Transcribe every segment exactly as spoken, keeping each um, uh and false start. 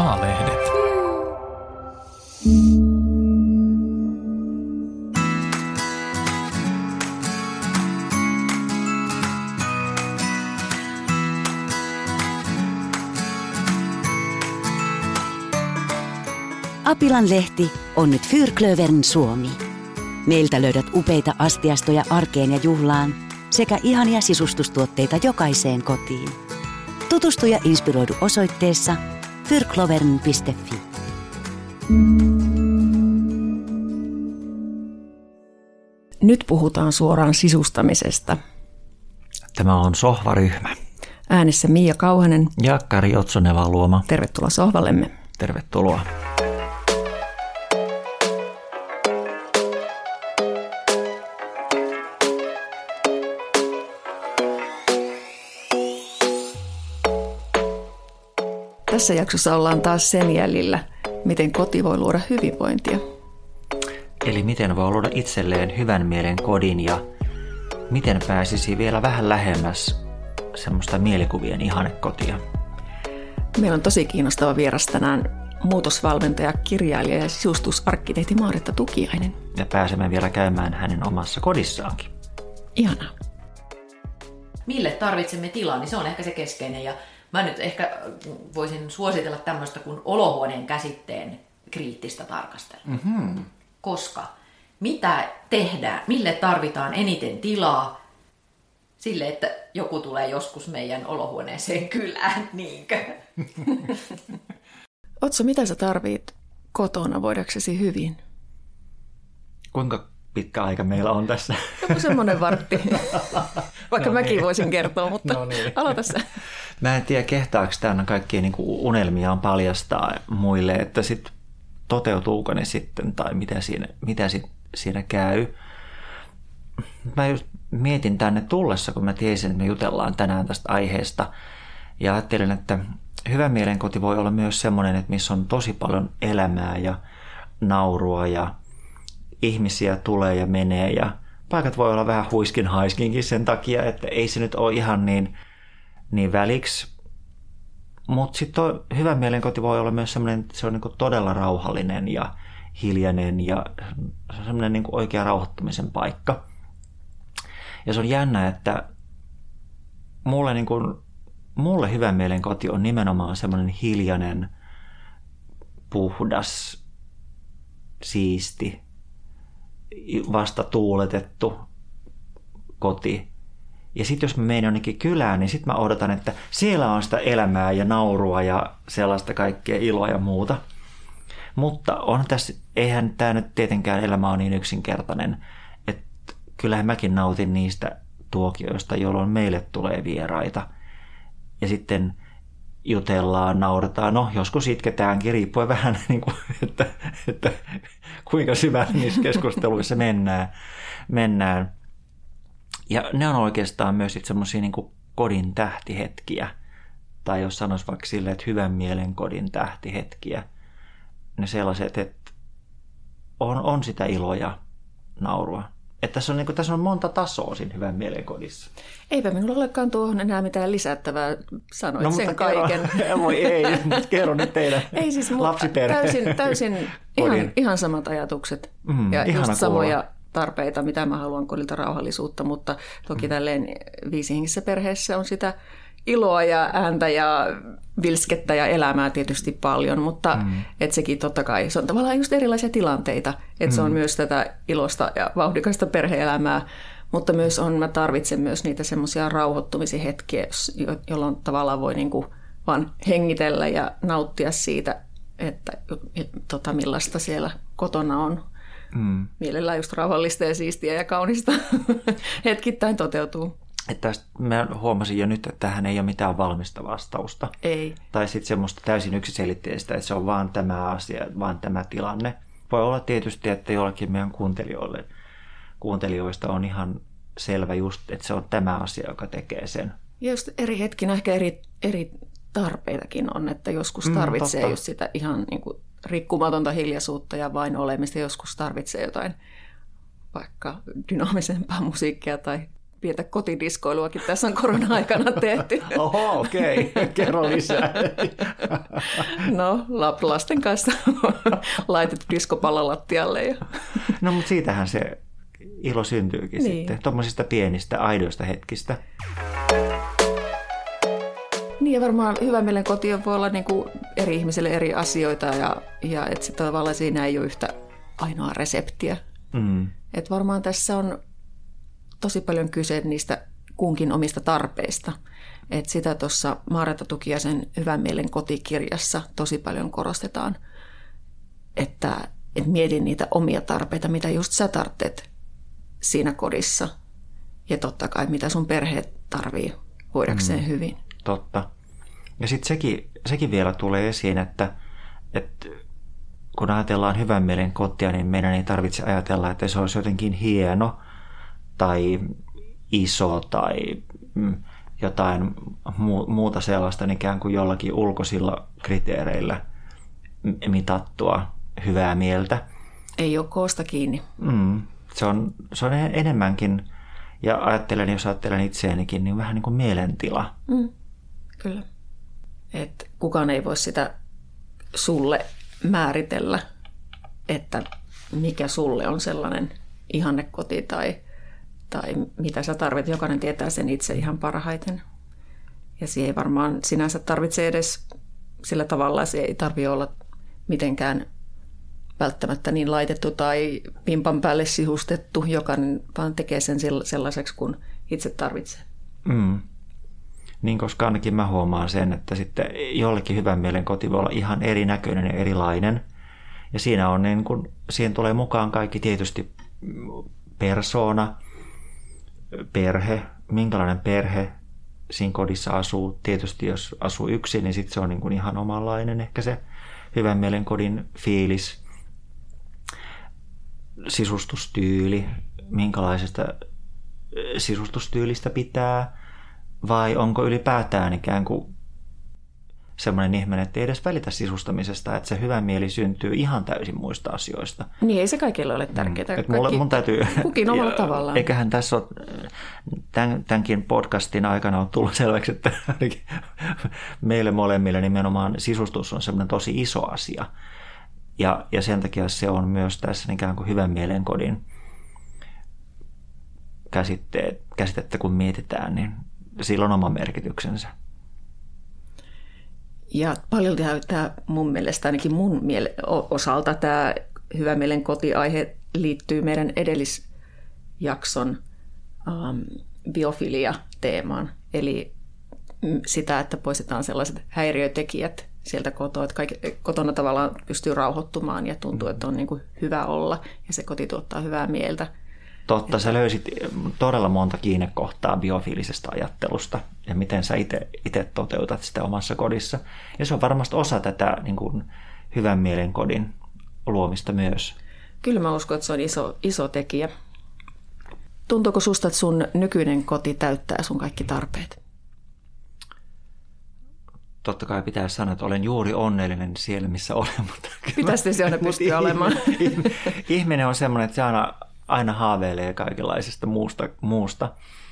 A-lehdet. Apilan lehti on nyt Fyrklövern Suomi. Meiltä löydät upeita astiastoja arkeen ja juhlaan sekä ihania sisustustuotteita jokaiseen kotiin. Tutustu ja inspiroidu osoitteessa fyrklovern piste fi. Nyt puhutaan suoraan sisustamisesta. Tämä on Sohvaryhmä. Äänessä Miia Kauhanen ja Kari Otsoneva-Luoma. Tervetuloa sohvallemme. Tervetuloa. Tässä jaksossa ollaan taas sen jäljillä, miten koti voi luoda hyvinvointia. Eli miten voi luoda itselleen hyvän mielen kodin ja miten pääsisi vielä vähän lähemmäs semmoista mielikuvien ihannekotia. Meillä on tosi kiinnostava vieras tänään, muutosvalmentaja, kirjailija ja sisustusarkkitehti Maaritta Tukiainen. Ja pääsemme vielä käymään hänen omassa kodissaankin. Ihanaa. Mille tarvitsemme tilaa, niin se on ehkä se keskeinen. Ja mä nyt ehkä voisin suositella tämmöistä kuin olohuoneen käsitteen kriittistä tarkastelua. Mm-hmm. Koska mitä tehdään, mille tarvitaan eniten tilaa? Sille, että joku tulee joskus meidän olohuoneeseen kylään, niinkö? Otso, mitä sä tarvit kotona voidaksesi hyvin? Kuinka pitkä aika meillä on tässä? Joku semmoinen vartti. Vaikka no mäkin niin. voisin kertoa, mutta no niin. aloita sä. Mä en tiedä, kehtaako tämän kaikkia niin kuin unelmiaan paljastaa muille, että sit toteutuuko ne sitten tai mitä siinä, mitä sit siinä käy. Mä just mietin tänne tullessa, kun mä tiesin, että me jutellaan tänään tästä aiheesta. Ja ajattelin, että hyvä mielenkoti voi olla myös semmoinen, että missä on tosi paljon elämää ja naurua ja ihmisiä tulee ja menee. Ja paikat voi olla vähän huiskin haiskinkin sen takia, että ei se nyt ole ihan niin, niin väliksi. Mutta sitten hyvä mielenkoti voi olla myös semmoinen, että se on niinku todella rauhallinen ja hiljainen ja semmoinen niinku oikea rauhoittumisen paikka. Ja se on jännä, että mulle, niinku, mulle hyvä mielenkoti on nimenomaan semmoinen hiljainen, puhdas, siisti, vasta tuuletettu koti. Ja sitten jos mä menen jonnekin kylään, niin sitten mä odotan, että siellä on sitä elämää ja naurua ja sellaista kaikkea iloa ja muuta. Mutta on tässä, eihän tämä nyt tietenkään elämä on niin yksinkertainen, että kyllähän mäkin nautin niistä tuokioista, jolloin meille tulee vieraita. Ja sitten jutellaan, naurataan, no joskus itketäänkin, riippuen vähän, niin kuin, että, että kuinka syvälle niissä keskusteluissa mennään. mennään. Ja ne on oikeastaan myös semmoisia niin kuin kodin tähtihetkiä, tai jos sanoisi vaikka silleen, että hyvän mielen kodin tähtihetkiä, ne sellaiset, että on, on sitä iloa ja naurua. Että tässä on, niin kuin, tässä on monta tasoa siinä hyvän mielen kodissa. Eipä minulla olekaan tuohon enää mitään lisättävää, sanoit no, sen kerro, kaiken. Voi ei, mutta kerro nyt teidän ei, siis lapsiperhe. Täysin, täysin ihan, ihan samat ajatukset mm, ja just samoja kuulla. Tarpeita, mitä mä haluan kodilta rauhallisuutta, mutta toki mm. tälleen viisihengisessä perheessä on sitä iloa ja ääntä ja vilskettä ja elämää tietysti paljon, mutta mm. et sekin totta kai, se on tavallaan just erilaisia tilanteita, että mm. se on myös tätä ilosta ja vauhdikasta perhe-elämää, mutta myös on, mä tarvitsen myös niitä semmoisia rauhoittumisen hetkiä, jolloin tavallaan voi niinku vaan hengitellä ja nauttia siitä, että tota, millaista siellä kotona on. Mm. Mielellään just rauhallista ja siistiä ja kaunista hetkittäin toteutuu. Että tästä mä huomasin jo nyt, että tähän ei ole mitään valmista vastausta. Ei. Tai sitten semmoista täysin yksiselitteistä, että se on vaan tämä asia, vaan tämä tilanne. Voi olla tietysti, että jollakin meidän kuuntelijoille, kuuntelijoista on ihan selvä just, että se on tämä asia, joka tekee sen. Ja just eri hetkinä ehkä eri, eri tarpeitakin on, että joskus tarvitsee mm, just sitä ihan niin kuin rikkumatonta hiljaisuutta ja vain olemista. Joskus tarvitsee jotain vaikka dynaamisempaa musiikkia tai pientä kotidiskoiluakin tässä on korona-aikana tehty. Oho, okei. Okay. Kerro lisää. No, lasten kanssa laitettu diskopallo lattialle. Ja... No, mutta siitähän se ilo syntyykin niin. Sitten. Tuommoisista pienistä, aidoista hetkistä. Niin ja varmaan hyvä mielen koti voi olla niin kuin eri ihmisille eri asioita ja, ja että tavallaan siinä ei ole yhtä ainoa reseptiä. Mm. Että varmaan tässä on tosi paljon kyse niistä kunkin omista tarpeista. Että sitä tuossa Marjatta Tukiaisen Hyvän mielen kotikirjassa tosi paljon korostetaan, että, että mietin niitä omia tarpeita, mitä just sä tarvitset siinä kodissa. Ja totta kai, mitä sun perhe tarvii voidakseen mm. hyvin. Totta. Ja sitten sekin, sekin vielä tulee esiin, että, että kun ajatellaan hyvän mielen kotia, niin meidän ei tarvitse ajatella, että se olisi jotenkin hieno tai iso tai jotain muuta sellaista ikään kuin jollakin ulkoisilla kriteereillä mitattua hyvää mieltä. Ei ole koosta kiinni. Mm, se, on, se on enemmänkin, ja ajattelen, jos ajattelen itseänikin, niin vähän niin kuin mielentila. Mm, kyllä. Et kukaan ei voi sitä sulle määritellä, että mikä sulle on sellainen ihannekoti tai, tai mitä sä tarvitset. Jokainen tietää sen itse ihan parhaiten. Ja se ei varmaan sinänsä tarvitse edes sillä tavalla, se ei tarvitse olla mitenkään välttämättä niin laitettu tai pimpan päälle sihustettu. Jokainen vaan tekee sen sellaiseksi, kun itse tarvitsee. Mm. Niin, koska ainakin mä huomaan sen, että sitten jollekin hyvän mielen koti voi olla ihan erinäköinen ja erilainen. Ja siinä on niin kun, siihen tulee mukaan kaikki tietysti persoona, perhe, minkälainen perhe siinä kodissa asuu. Tietysti jos asuu yksin, niin sitten se on niin kun ihan omanlainen ehkä se hyvän mielen kodin fiilis, sisustustyyli, minkälaisesta sisustustyylistä pitää. Vai onko ylipäätään ikään kuin semmoinen ihminen, että ei edes välitä sisustamisesta, että se hyvä mieli syntyy ihan täysin muista asioista. Niin, ei se kaikille ole tärkeää. Mm. Mulla, mun täytyy, kukin omalla ja, tavallaan. Eiköhän tässä ole tämän, tämänkin podcastin aikana on tullut selväksi, että meille molemmille nimenomaan sisustus on semmoinen tosi iso asia. Ja, ja sen takia se on myös tässä ikään kuin hyvän mielen kodin käsitteet, käsitettä, kun mietitään, niin sillä on oma merkityksensä. Ja paljon tämä mun mielestä, ainakin mun miele- osalta, tämä hyvän mielen kotiaihe liittyy meidän edellisjakson um, biofilia-teemaan. Eli sitä, että poistetaan sellaiset häiriötekijät sieltä kotoa, että kaikki, kotona tavallaan pystyy rauhoittumaan ja tuntuu, että on niin kuin hyvä olla ja se koti tuottaa hyvää mieltä. Totta, sä löysit todella monta kiinnekohtaa biofiilisesta ajattelusta ja miten sä itse toteutat sitä omassa kodissa. Ja se on varmasti osa tätä niin kuin, hyvän mielen kodin luomista myös. Kyllä mä uskon, että se on iso, iso tekijä. Tuntuuko susta, että sun nykyinen koti täyttää sun kaikki tarpeet? Totta kai pitää sanoa, että olen juuri onnellinen siellä, missä olen. Mutta pitäisi se aina pystyä olemaan. Ihminen on semmoinen, että se aina... aina haaveilee kaikenlaisesta muusta, muusta,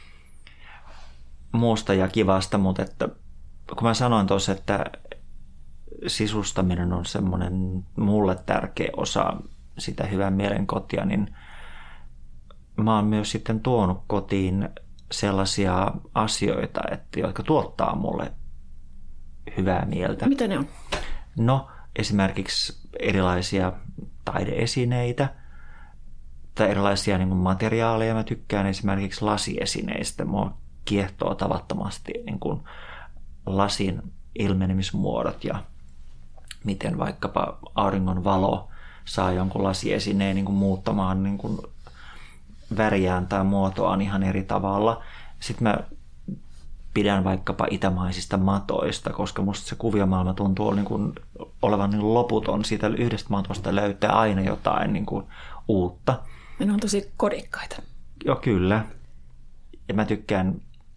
muusta ja kivasta, mutta että, kun mä sanoin tuossa, että sisustaminen on semmoinen mulle tärkeä osa sitä hyvän mielen kotia, niin mä oon myös sitten tuonut kotiin sellaisia asioita, että, jotka tuottaa mulle hyvää mieltä. Mitä ne on? No, esimerkiksi erilaisia taideesineitä, tai erilaisia niin kuin materiaaleja. Mä tykkään esimerkiksi lasiesineistä. Mua kiehtoo tavattomasti niin kuin lasin ilmenemismuodot ja miten vaikkapa auringon valo saa jonkun lasiesineen niin kuin muuttamaan niin kuin väriään tai muotoaan ihan eri tavalla. Sitten mä pidän vaikkapa itämaisista matoista, koska musta se kuviomaailma tuntuu niin kuin olevan niin loputon. Siitä yhdestä matosta löytää aina jotain niin kuin uutta. Ne on tosi kodikkaita. Joo, kyllä. Ja mä tykkään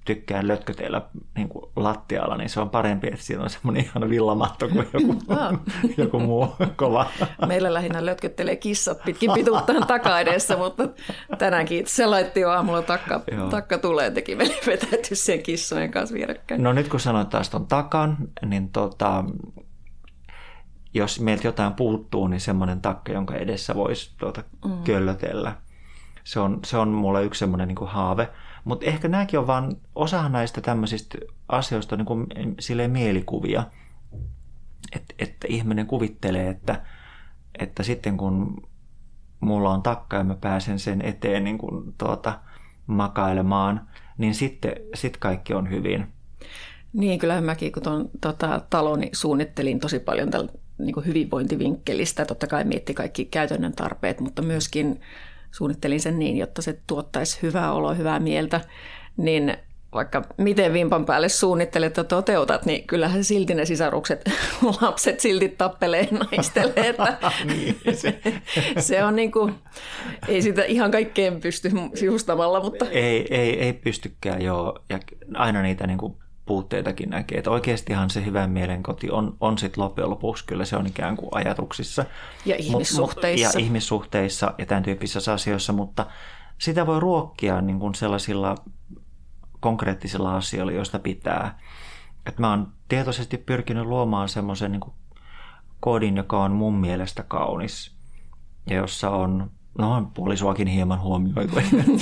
tykkään lötköteillä niin kuin lattialla, niin se on parempi, että siinä on semmoinen ihan villamatto kuin joku, joku muu kova. Meillä lähinnä lötköttelee kissat pitkin pituuttaan takaedessä, mutta tänäänkin se laitti jo aamulla takka, takka tulee, teki veli vetäytys sen kissojen kanssa vierekkäin. No nyt kun sanoit taas ton takan, niin tota, jos meiltä jotain puuttuu, niin semmoinen takka, jonka edessä voisi tuota, mm. köllötellä. Se on, se on mulle yksi semmoinen niin kuin haave. Mutta ehkä nämäkin on vaan, osahan näistä tämmöisistä asioista niin kuin silleen mielikuvia. Että et ihminen kuvittelee, että, että sitten kun mulla on takka ja mä pääsen sen eteen niin kuin tuota, makailemaan, niin sitten sit kaikki on hyvin. Niin, kyllähän mäkin, kun tuon tota, taloni suunnittelin tosi paljon tällä niin kuin hyvinvointivinkkelistä. Totta kai mietti kaikki käytännön tarpeet, mutta myöskin suunnittelin sen niin, jotta se tuottaisi hyvää oloa, hyvää mieltä. Niin vaikka miten vimpan päälle suunnittelet ja toteutat, niin kyllähän silti ne sisarukset, lapset silti tappelee ja naistelee. Että niin, se. se on niin kuin, ei sitä ihan kaikkeen pysty sisustamalla, mutta... Ei, ei, ei pystykään, joo. Ja aina niitä niin kuin puutteitakin näkee. Että oikeastihan se hyvän mielen koti on, on sitten loppujen lopuksi, kyllä se on ikään kuin ajatuksissa. Ja ihmissuhteissa. Mut, ja ihmissuhteissa ja tämän tyyppisissä asioissa, mutta sitä voi ruokkia niin kuin sellaisilla konkreettisilla asioilla, joista pitää. Et mä oon tietoisesti pyrkinyt luomaan semmoisen niin kuin kodin, joka on mun mielestä kaunis ja jossa on, no puolisoakin hieman huomioitu.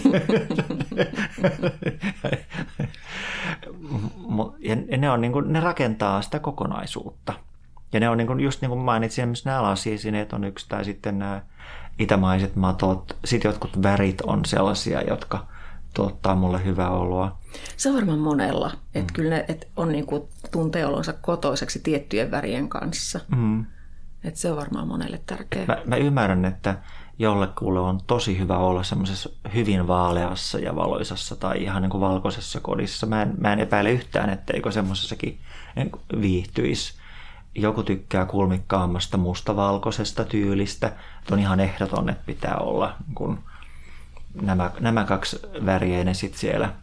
Ja ne, on niin kuin, ne rakentaa sitä kokonaisuutta. Ja ne on niin kuin, just niin kuin mainitsin, esimerkiksi nämä lasiesineet on yksi, tai sitten nämä itämaiset matot. Sitten jotkut värit on sellaisia, jotka tuottaa mulle hyvää oloa. Se on varmaan monella, että mm. kyllä ne et on niin kuin tuntee olonsa kotoiseksi tiettyjen värien kanssa. Mm. Että se on varmaan monelle tärkeää. Mä, mä ymmärrän, että jollekulle on tosi hyvä olla semmoisessa hyvin vaaleassa ja valoisassa tai ihan niin kuin valkoisessa kodissa. Mä en, mä en epäile yhtään, etteikö semmoisessakin viihtyisi. Joku tykkää kulmikkaammasta mustavalkoisesta tyylistä. On ihan ehdoton, että pitää olla kun nämä, nämä kaksi väriä, ne sitten siellä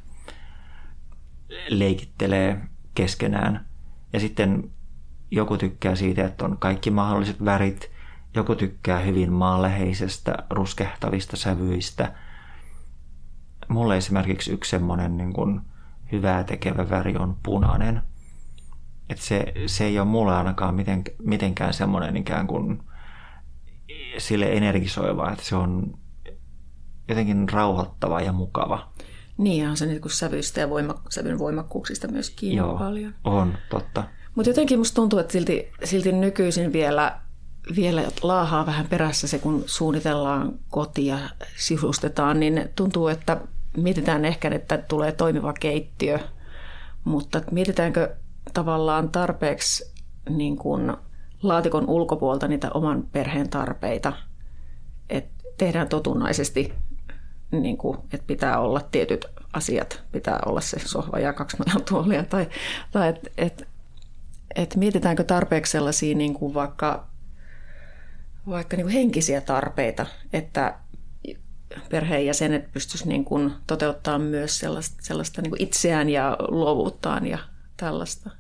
leikittelee keskenään. Ja sitten joku tykkää siitä, että on kaikki mahdolliset värit. Joku tykkää hyvin maanläheisestä, ruskehtavista sävyistä. Mulle esimerkiksi yksi semmoinen niin kuin hyvää tekevä väri on punainen. Että se, se ei ole mulle ainakaan miten, mitenkään semmoinen ikään kuin sille energisoiva, että se on jotenkin rauhoittava ja mukava. Niin, on se niin kuin sävyistä ja voima, sävyn voimakkuuksista myös kiinni paljon. On, totta. Mutta jotenkin musta tuntuu, että silti, silti nykyisin vielä, vielä laahaa vähän perässä se, kun suunnitellaan kotia, sisustetaan, niin tuntuu, että mietitään ehkä, että tulee toimiva keittiö, mutta mietitäänkö tavallaan tarpeeksi niin kuin laatikon ulkopuolta niitä oman perheen tarpeita, että tehdään totunnaisesti, niin kuin, että pitää olla tietyt asiat, pitää olla se sohva ja kaksi tuolia, tai, tai että et, et mietitäänkö tarpeeksi sellaisia niin kuin vaikka, vaikka niin kuin henkisiä tarpeita, että perheenjäsenet pystyisivät niin kuin toteuttamaan myös sellaista, sellaista niin kuin itseään ja luovuuttaan ja tällaista.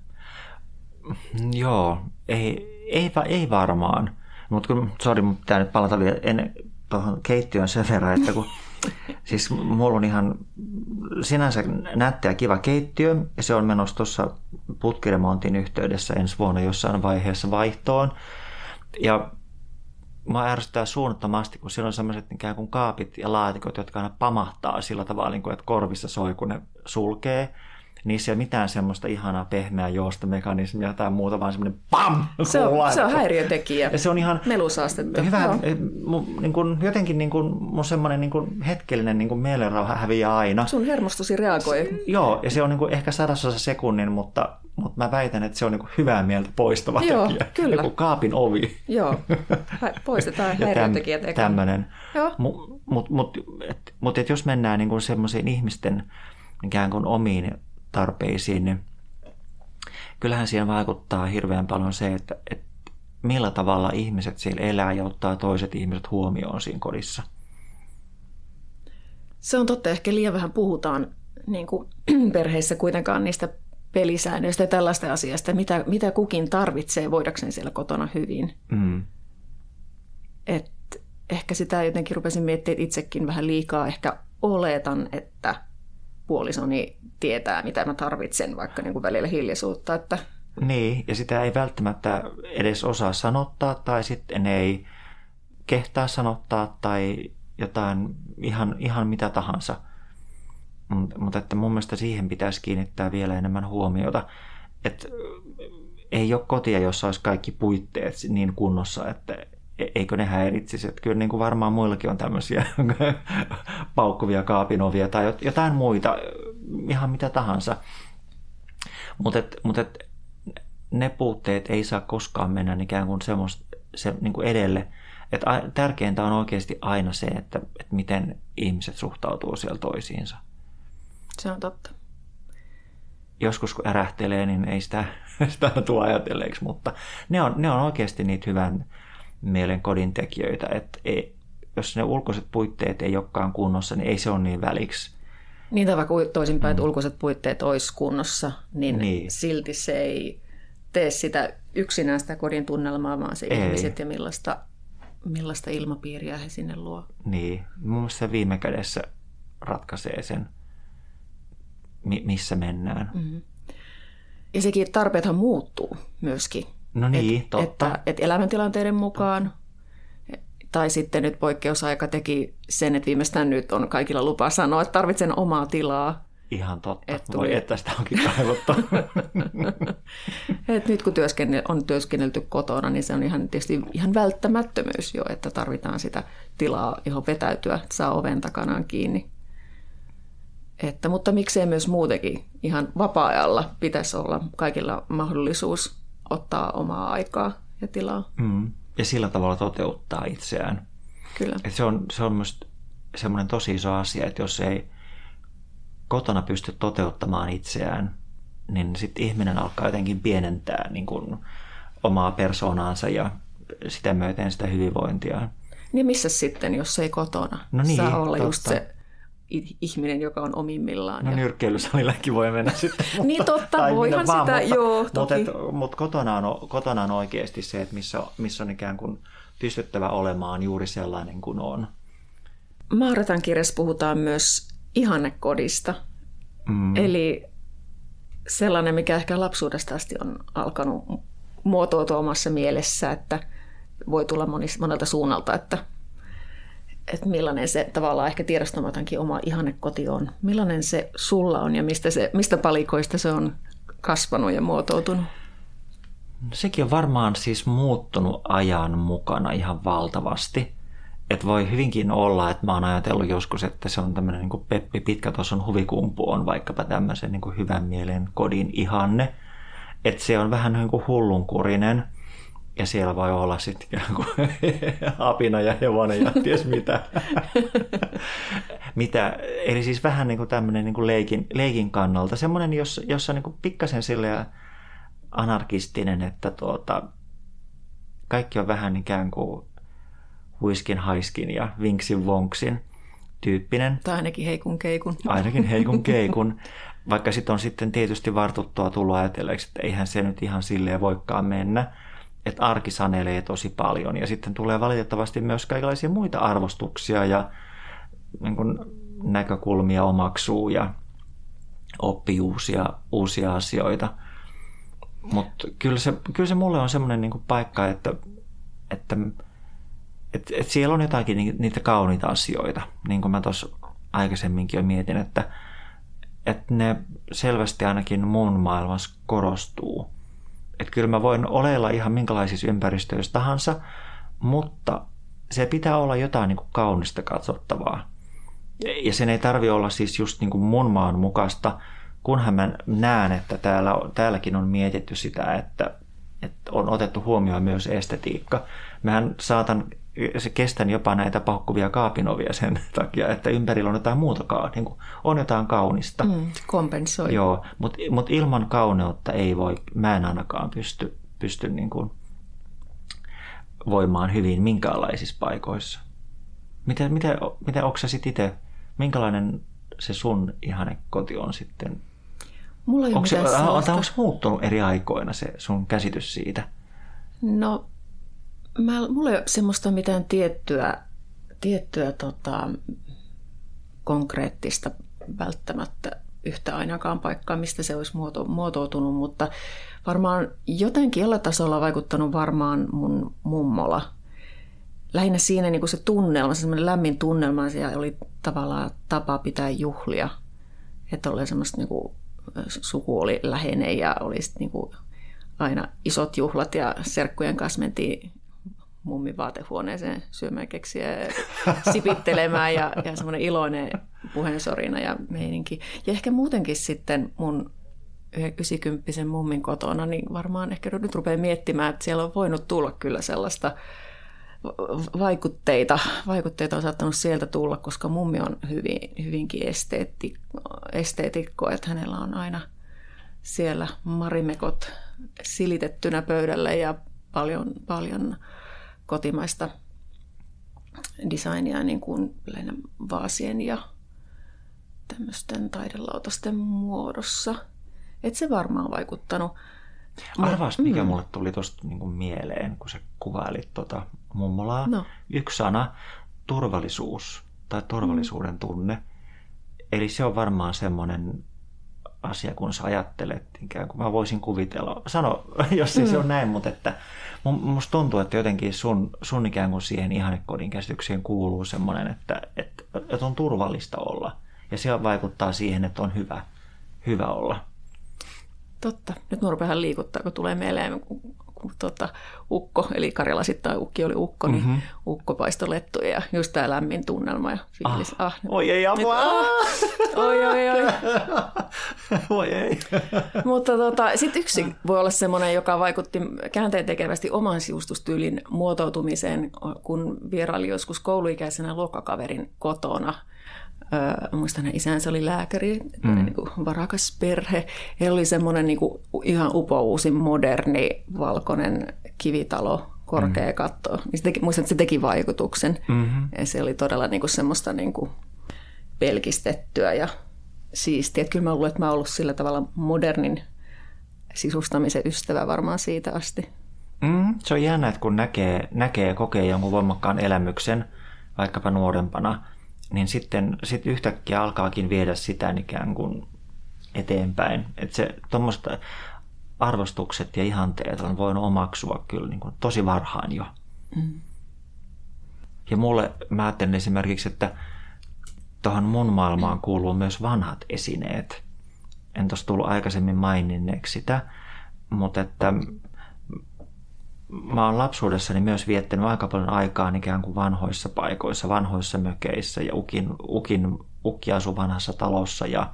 Joo, ei, ei, ei varmaan. Mutta sori, mun pitää nyt palata vielä ennen tuohon keittiöön sen verran, että kun siis mulla on ihan sinänsä nätti ja kiva keittiö, ja se on menossa tuossa putkiremontin yhteydessä ensi vuonna jossain vaiheessa vaihtoon. Ja mä ärsyttää suunnattomasti, kun siellä on sellaiset ikään kuin kaapit ja laatikot, jotka aina pamahtaa sillä tavalla, että korvissa soi, kun ne sulkee. Niissä ei ole mitään semmoista ihanaa pehmeää joostomekanismia tai muuta, vaan semmoinen pam! Se on, se on häiriötekijä. Ja se on ihan melusaastetta. Hyvä, niin kuin, jotenkin niin kuin, mun semmoinen niin kuin hetkellinen niin kuin mielenrauha häviää aina. Sun hermostosi reagoi. Joo, ja se on niin kuin ehkä sadasosa sekunnin, mutta, mutta mä väitän, että se on niin kuin hyvää mieltä poistava Joo, tekijä. Kyllä. Joku kaapin ovi. Joo, poistetaan häiriötekijät. Ja tämmöinen. Mutta mut, mut, et, mut, et jos mennään niin kuin semmoisiin ihmisten ikään kuin omiin tarpeisiin, niin kyllähän siihen vaikuttaa hirveän paljon se, että, että millä tavalla ihmiset siellä elää ja ottaa toiset ihmiset huomioon siinä kodissa. Se on totta, ehkä liian vähän puhutaan niin kuin perheissä kuitenkaan niistä pelisäännöistä ja tällaista asiasta, mitä, mitä kukin tarvitsee voidakseen siellä kotona hyvin. Mm. Et ehkä sitä jotenkin rupesin miettimään itsekin vähän liikaa. Ehkä oletan, että puolisoni tietää, mitä mä tarvitsen, vaikka niin kuin välillä hiljaisuutta. Että... Niin, ja sitä ei välttämättä edes osaa sanottaa, tai sitten ei kehtaa sanottaa, tai jotain ihan, ihan mitä tahansa. Mutta että mun mielestä siihen pitäisi kiinnittää vielä enemmän huomiota, että ei ole kotia, jossa olisi kaikki puitteet niin kunnossa, että eikö ne häiritsisi. Että kyllä niin kuin varmaan muillakin on tämmöisiä paukkuvia kaapinovia tai jotain muita, ihan mitä tahansa. Mutta et, mut et, ne puutteet ei saa koskaan mennä ikään kuin semmoista, se, niin kuin edelle. Et tärkeintä on oikeasti aina se, että, että miten ihmiset suhtautuu siellä toisiinsa. Se on totta. Joskus kun ärähtelee, niin ei sitä, sitä tule ajatelleeksi, mutta ne on, ne on oikeasti niitä hyvän mielen kodin tekijöitä. Että ei, jos ne ulkoiset puitteet ei olekaan kunnossa, niin ei se ole niin väliksi. Niin tai vaikka toisinpäin, että ulkoiset puitteet olisi kunnossa, niin, niin silti se ei tee sitä yksinään sitä kodin tunnelmaa, vaan se ei. Ihmiset ja millaista, millaista ilmapiiriä he sinne luo. Niin, mun mielestä se viime kädessä ratkaisee sen, missä mennään. Mm-hmm. Ja sekin tarpeethan muuttuu myöskin. No niin, et, totta. Että, että elämäntilanteiden mukaan, tai sitten nyt poikkeusaika teki sen, että viimeistään nyt on kaikilla lupa sanoa, että tarvitsen omaa tilaa. Ihan totta. Et Voi, että sitä onkin kaivottu. Et nyt kun työskennel, on työskennelty kotona, niin se on ihan, tietysti ihan välttämättömyys jo, että tarvitaan sitä tilaa, johon vetäytyä, että saa oven takanaan kiinni. Että, mutta miksei myös muutenkin ihan vapaa-ajalla pitäisi olla kaikilla mahdollisuus ottaa omaa aikaa ja tilaa. Mm. Ja sillä tavalla toteuttaa itseään. Kyllä. Et se on, se on myös semmoinen tosi iso asia, että jos ei kotona pysty toteuttamaan itseään, niin sitten ihminen alkaa jotenkin pienentää niin kuin omaa persoonaansa ja sitä myöten sitä hyvinvointia. Niin missä sitten, jos ei kotona no niin, saa olla totta. Just se ihminen, joka on omimmillaan. No ja... nyrkkeilysalillekin voi mennä sitten. Mutta, niin totta, voihan sitä, vaan, joo, mutta, toki. Mutta, mutta kotona, on, kotona on oikeasti se, että missä, missä on ikään kuin pystyttävä olemaan juuri sellainen kuin on. Maaratan kirjassa puhutaan myös ihannekodista. Mm. Eli sellainen, mikä ehkä lapsuudesta asti on alkanut muotoutua omassa mielessä, että voi tulla monelta suunnalta, että että millainen se tavallaan ehkä tiedostamatankin oma ihannekoti on. Millainen se sulla on ja mistä, se, mistä palikoista se on kasvanut ja muotoutunut? Sekin on varmaan siis muuttunut ajan mukana ihan valtavasti. Että voi hyvinkin olla, että mä oon ajatellut joskus, että se on tämmöinen niin kuin Peppi Pitkätoson huvikumpu on vaikkapa tämmöisen niin kuin hyvän mielen kodin ihanne. Että se on vähän niin kuin hullunkurinen. Ja siellä voi olla sitten ikään kuin apina ja hevonen ja ties mitä. mitä. Eli siis vähän niin kuin tämmöinen niin kuin leikin, leikin kannalta. Semmoinen, jossa, jossa niin kuin pikkasen silleen anarkistinen, että tuota, kaikki on vähän ikään kuin huiskin haiskin ja vinksin vonksin tyyppinen. Tai ainakin heikun keikun. Ainakin heikun keikun. Vaikka sitten on sitten tietysti vartuttua tullut ajatelleeksi, että eihän se nyt ihan silleen voikaan mennä. Että arki sanelee tosi paljon ja sitten tulee valitettavasti myös kaikenlaisia muita arvostuksia ja niin kuin näkökulmia omaksuu ja oppii uusia, uusia asioita. Mutta kyllä se, kyllä se mulle on semmoinen niin kuin paikka, että, että, että, että siellä on jotakin niitä kauniita asioita. Niin kuin mä tuossa aikaisemminkin jo mietin, että, että ne selvästi ainakin mun maailmassa korostuu. Että kyllä mä voin oleilla ihan minkälaisissa ympäristöissä tahansa, mutta se pitää olla jotain niin kuin kaunista katsottavaa. Ja sen ei tarvitse olla siis just niin kuin mun maan mukaista, kunhan mä näen, että täällä, täälläkin on mietitty sitä, että, että on otettu huomioon myös estetiikka. Mähän saatan, se kestän jopa näitä paukkuvia kaapinovia sen takia, että ympärillä on jotain muutakaan, niin kuin on jotain kaunista. Mm, kompensoi. Joo, mutta mut ilman kauneutta ei voi, mä en ainakaan pysty, pysty niin kuin voimaan hyvin minkäänlaisissa paikoissa. Miten, miten, miten onko sä sit itse, minkälainen se sun ihanekoti on sitten... Mulla ei onko se, sellaista... onko se muuttunut eri aikoina se sun käsitys siitä? No, mä, mulla ei ole semmoista mitään tiettyä, tiettyä tota, konkreettista välttämättä yhtä ainakaan paikkaa, mistä se olisi muoto, muotoutunut, mutta varmaan jotenkin jollain tasolla on vaikuttanut varmaan mun mummola. Lähinnä siinä niin kuin se tunnelma, se semmoinen lämmin tunnelma, siellä oli tavallaan tapa pitää juhlia, että oli semmoista niin kuin, suku oli läheinen ja oli niin kuin aina isot juhlat ja serkkujen kanssa mentiin mummin vaatehuoneeseen syömään keksiä ja sipittelemään ja, ja semmoinen iloinen puheensorina ja meininki. Ja ehkä muutenkin sitten mun yhdeksänkymppisen mummin kotona, niin varmaan ehkä nyt rupeaa miettimään, että siellä on voinut tulla kyllä sellaista vaikutteita. Vaikutteita on saattanut sieltä tulla, koska mummi on hyvin, hyvinkin esteetikko, esteetikko, että hänellä on aina siellä marimekot silitettynä pöydälle ja paljon, paljon kotimaista designia niin kuin lähinnä vaasien ja tämmöisten taidelautasten muodossa. Et se varmaan on vaikuttanut. Arvaas, mikä mm. mulle tuli tuosta niin kuin mieleen, kun sä kuvailit tuota mummolaa. No. Yksi sana, turvallisuus tai turvallisuuden tunne. Eli se on varmaan semmoinen asia, kun sä ajattelet, ikään kuin mä voisin kuvitella. Sano, jos ei mm. se on näin, mutta että musta tuntuu, että jotenkin sun, sun ikään kuin siihen ihanekodin käsitykseen kuuluu semmoinen, että, että, että on turvallista olla. Ja se vaikuttaa siihen, että on hyvä, hyvä olla. Totta. Nyt minua rupeaa liikuttaa, kun tulee mieleen, kun, kun tuota, ukko, eli karjalaisittain ukki oli ukko, niin mm-hmm. ukko paistoi lettuja ja just tämä lämmin tunnelma ja fiilis. Ah. Ah, oi ei apua! Ah, oi oi oi. Oi ei. Mutta tota, sitten yksi voi olla semmoinen, joka vaikutti käänteentekevästi oman siustustyylin muotoutumiseen, kun vieraili joskus kouluikäisenä luokkakaverin kotona. Öö, muistan, että isänsä oli lääkäri, mm. niin kuin varakas perhe. Heillä oli semmoinen niin kuin ihan upouusi, moderni, valkoinen kivitalo, korkea mm. katto. Teki, muistan, että se teki vaikutuksen. Mm-hmm. Ja se oli todella niin kuin semmoista niin kuin pelkistettyä ja siistiä. Että kyllä mä luulen, että mä oon ollut sillä tavalla modernin sisustamisen ystävä varmaan siitä asti. Mm, se on jännä, että kun näkee, näkee ja kokee jonkun voimakkaan elämyksen, vaikkapa nuorempana, niin sitten sit yhtäkkiä alkaakin viedä sitä ikään kuin eteenpäin. Että se tuommoiset arvostukset ja ihanteet on voinut omaksua kyllä niin kuin tosi varhain jo. Mm. Ja mulle, mä ajattelen esimerkiksi, että tuohon mun maailmaan kuuluu myös vanhat esineet. En tuossa tullut aikaisemmin maininneeksi sitä, mutta että mä oon lapsuudessani myös viettänyt aika paljon aikaa ikään kuin vanhoissa paikoissa, vanhoissa mökeissä ja ukin, ukin, ukki asui vanhassa talossa ja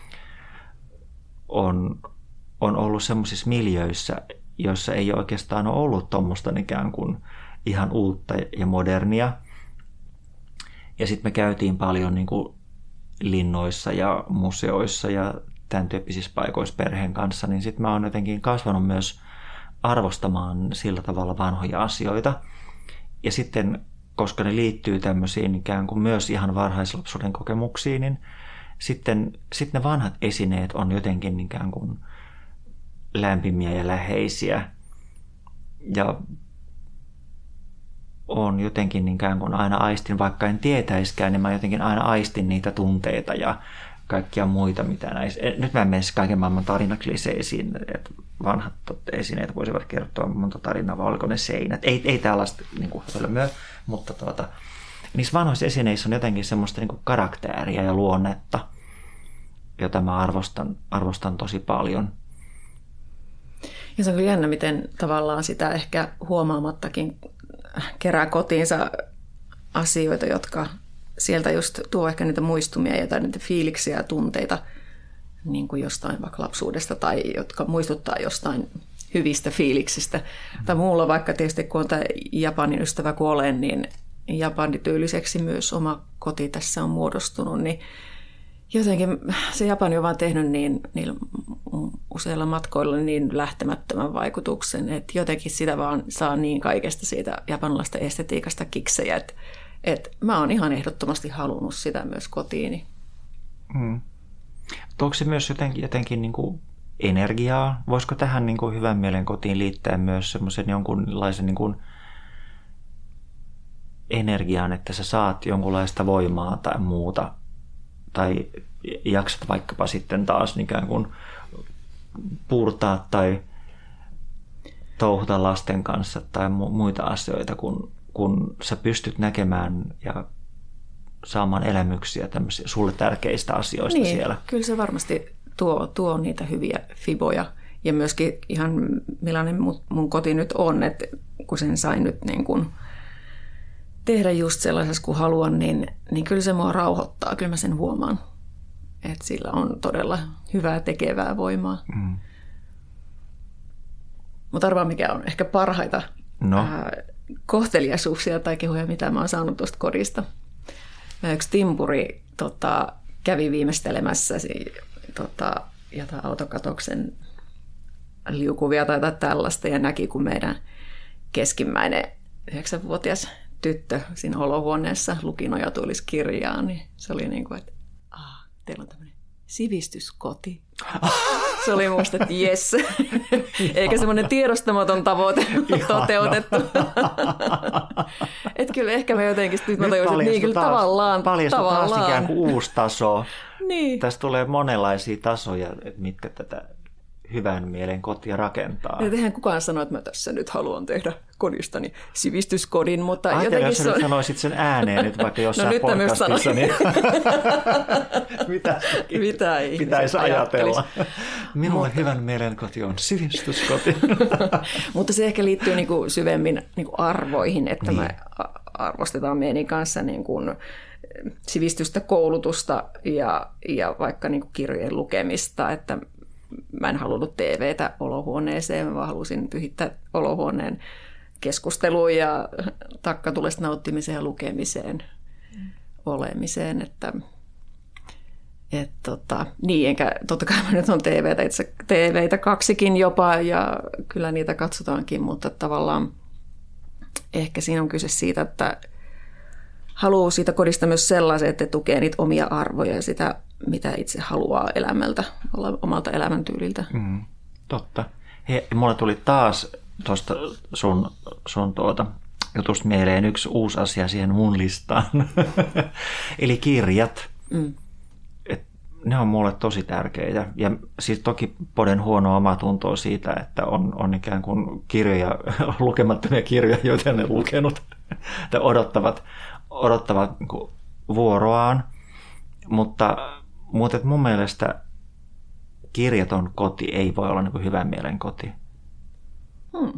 on, on ollut semmoisissa miljöissä, joissa ei oikeastaan ole ollut tuommoista ikään kuin ihan uutta ja modernia. Ja sitten me käytiin paljon niin kuin linnoissa ja museoissa ja tämän tyyppisissä paikoissa perheen kanssa, niin sitten mä oon jotenkin kasvanut myös arvostamaan sillä tavalla vanhoja asioita. Ja sitten, koska ne liittyy tämmöisiin ikään kuin myös ihan varhaislapsuuden kokemuksiin, niin sitten, sitten ne vanhat esineet on jotenkin ikään kuin lämpimiä ja läheisiä. Ja on jotenkin ikään kuin aina aistin, vaikka en tietäiskään, niin mä jotenkin aina aistin niitä tunteita ja kaikkia muita, mitä näissä. Nyt mä en mene kaiken maailman tarinakliseisiin, että vanhat esineet voisivat kertoa monta tarinaa, vai oliko ne seinät. Ei, ei tällaista niin kuin hölmöä, mutta tuota, niissä vanhoissa esineissä on jotenkin semmoista niin kuin karaktääriä ja luonnetta, jota mä arvostan, arvostan tosi paljon. Ja se on kyllä jännä, miten tavallaan sitä ehkä huomaamattakin kerää kotiinsa asioita, jotka sieltä just tuo ehkä niitä muistumia ja niitä fiiliksiä ja tunteita niin kuin jostain vaikka lapsuudesta tai jotka muistuttaa jostain hyvistä fiiliksistä. Mm. Tai muulla vaikka tietysti kun on tämä Japanin ystävä kun olen, niin japanityyliseksi myös oma koti tässä on muodostunut, niin jotenkin se Japani on vaan tehnyt niin, niin useilla matkoilla niin lähtemättömän vaikutuksen, että jotenkin sitä vaan saa niin kaikesta siitä japanilaista estetiikasta kiksejä, että, että mä oon ihan ehdottomasti halunnut sitä myös kotiini. Mm. Onko se myös jotenkin, jotenkin niin kuin energiaa? Voisiko tähän niin kuin hyvän mielen kotiin liittää myös semmoisen jonkunlaisen niin kuin energiaan, että sä saat jonkunlaista voimaa tai muuta, tai jaksat vaikkapa sitten taas ikään kuin puurtaa tai touhuta lasten kanssa tai muita asioita, kun, kun sä pystyt näkemään ja saamaan elämyksiä tämmöisiä sulle tärkeistä asioista niin, siellä. Kyllä se varmasti tuo, tuo niitä hyviä fiboja. Ja myöskin ihan millainen mun, mun koti nyt on, että kun sen sain nyt niin kuin tehdä just sellaisessa kuin haluan, niin, niin kyllä se mua rauhoittaa. Kyllä mä sen huomaan, että sillä on todella hyvää tekevää voimaa. Mm. Mutta arvaa, mikä on ehkä parhaita no. ää, kohteliaisuuksia tai kehuja, mitä mä oon saanut tuosta kodista. Mä yksi timpuri tota, kävi viimeistelemässä tota, jotain autokatoksen liukuvia tai tällaista ja näki, kun meidän keskimmäinen yhdeksänvuotias tyttö siinä olohuoneessa luki nojatuiliskirjaa, niin se oli niin kuin, että ah, teillä on tämmöinen sivistyskoti. Se oli musta, että jes. Eikä semmoinen tiedostamaton tavoite toteutettu. Että kyllä ehkä mä jotenkin, nyt mä tajusin, että niin kyllä taas, tavallaan. Paljastui tavallaan. taas ikään kuin uusi taso. Niin. Tässä tulee monenlaisia tasoja, mitkä tätä hyvän mielen kotia rakentaa. Ja eihän kukaan sano, että mä tässä nyt haluan tehdä kodistani sivistyskodin, mutta Ajattelin, jotenkin jos se on... sanoisit sen ääneen nyt vaikka jossain no, podcastissa, niin mitä, mitä pitäisi ajatella? Minulle mutta... hyvän mielen koti on sivistyskoti. Mutta se ehkä liittyy niinku syvemmin niinku arvoihin, että niin. me arvostetaan meidän kanssa niinku sivistystä, koulutusta ja, ja vaikka niinku kirjojen lukemista, että mä en halunnut T V:tä olohuoneeseen, vaan halusin pyhittää olohuoneen keskusteluun ja takkatulesta nauttimiseen ja lukemiseen, mm. olemiseen. Että, et tota, niin, enkä totta kai mä nyt on T V:tä, itse T V:itä kaksikin jopa ja kyllä niitä katsotaankin, mutta tavallaan ehkä siinä on kyse siitä, että haluaa siitä kodista myös sellaisen, että tukee niitä omia arvoja ja sitä, mitä itse haluaa elämältä, olla omalta elämäntyyliltä. Mm, totta. Hei, mulle tuli taas tuosta sun, sun tuota jutusta mieleen yksi uusi asia siihen mun listaan. Eli kirjat. Mm. Et ne on mulle tosi tärkeitä. Ja siis toki poden huonoa omatuntoa siitä, että on, on ikään kuin kirjoja, lukemattomia kirjoja, joita ne lukenut, tai odottavat, odottavat niin kuin vuoroaan. Mutta, mutta mun mielestä kirjaton koti ei voi olla niin kuin hyvän mielen koti. Hmm.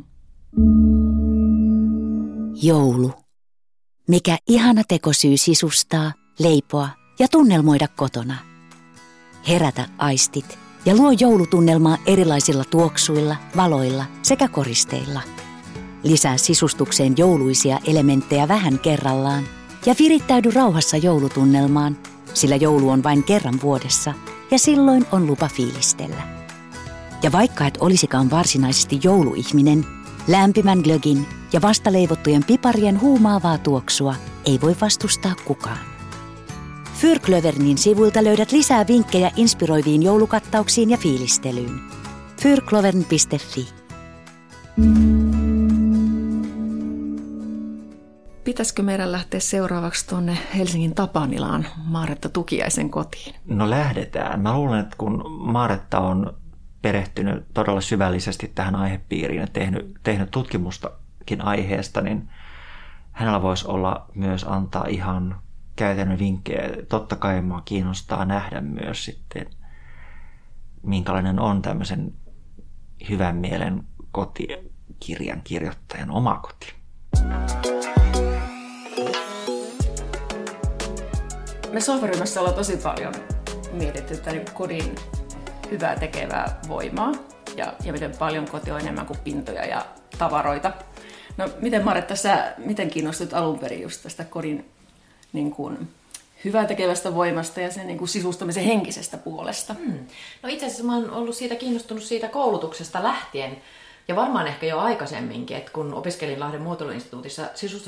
Joulu. Mikä ihana tekosyy sisustaa, leipoa ja tunnelmoida kotona. Herätä aistit ja luo joulutunnelmaa erilaisilla tuoksuilla, valoilla sekä koristeilla. Lisää sisustukseen jouluisia elementtejä vähän kerrallaan ja virittäydy rauhassa joulutunnelmaan, sillä joulu on vain kerran vuodessa ja silloin on lupa fiilistellä. Ja vaikka et olisikaan varsinaisesti jouluihminen, lämpimän glögin ja vastaleivottujen piparien huumaavaa tuoksua ei voi vastustaa kukaan. Fyrklövernin sivuilta löydät lisää vinkkejä inspiroiviin joulukattauksiin ja fiilistelyyn. fyrklövern piste fi. Pitäisikö meidän lähteä seuraavaksi tuonne Helsingin Tapanilaan Maaretta Tukiaisen kotiin? No lähdetään. Mä luulen, että kun Maaretta on perehtynyt todella syvällisesti tähän aihepiiriin ja tehnyt, tehnyt tutkimustakin aiheesta, niin hänellä voisi olla myös antaa ihan käytännön vinkkejä. Totta kai minua kiinnostaa nähdä myös sitten, minkälainen on tämmöisen hyvän mielen kotikirjan kirjoittajan oma koti. Me sohvaryhmässä ollaan tosi paljon mietitty tätä kodin hyvää tekevää voimaa ja, ja miten paljon koti on enemmän kuin pintoja ja tavaroita. No miten Maretta, sä miten kiinnostut alun perin just tästä kodin niin kuin, hyvää tekevästä voimasta ja sen niin kuin, sisustamisen henkisestä puolesta? Hmm. No itse asiassa mä oon ollut siitä kiinnostunut siitä koulutuksesta lähtien ja varmaan ehkä jo aikaisemminkin, että kun opiskelin Lahden muotoiluinstituutissa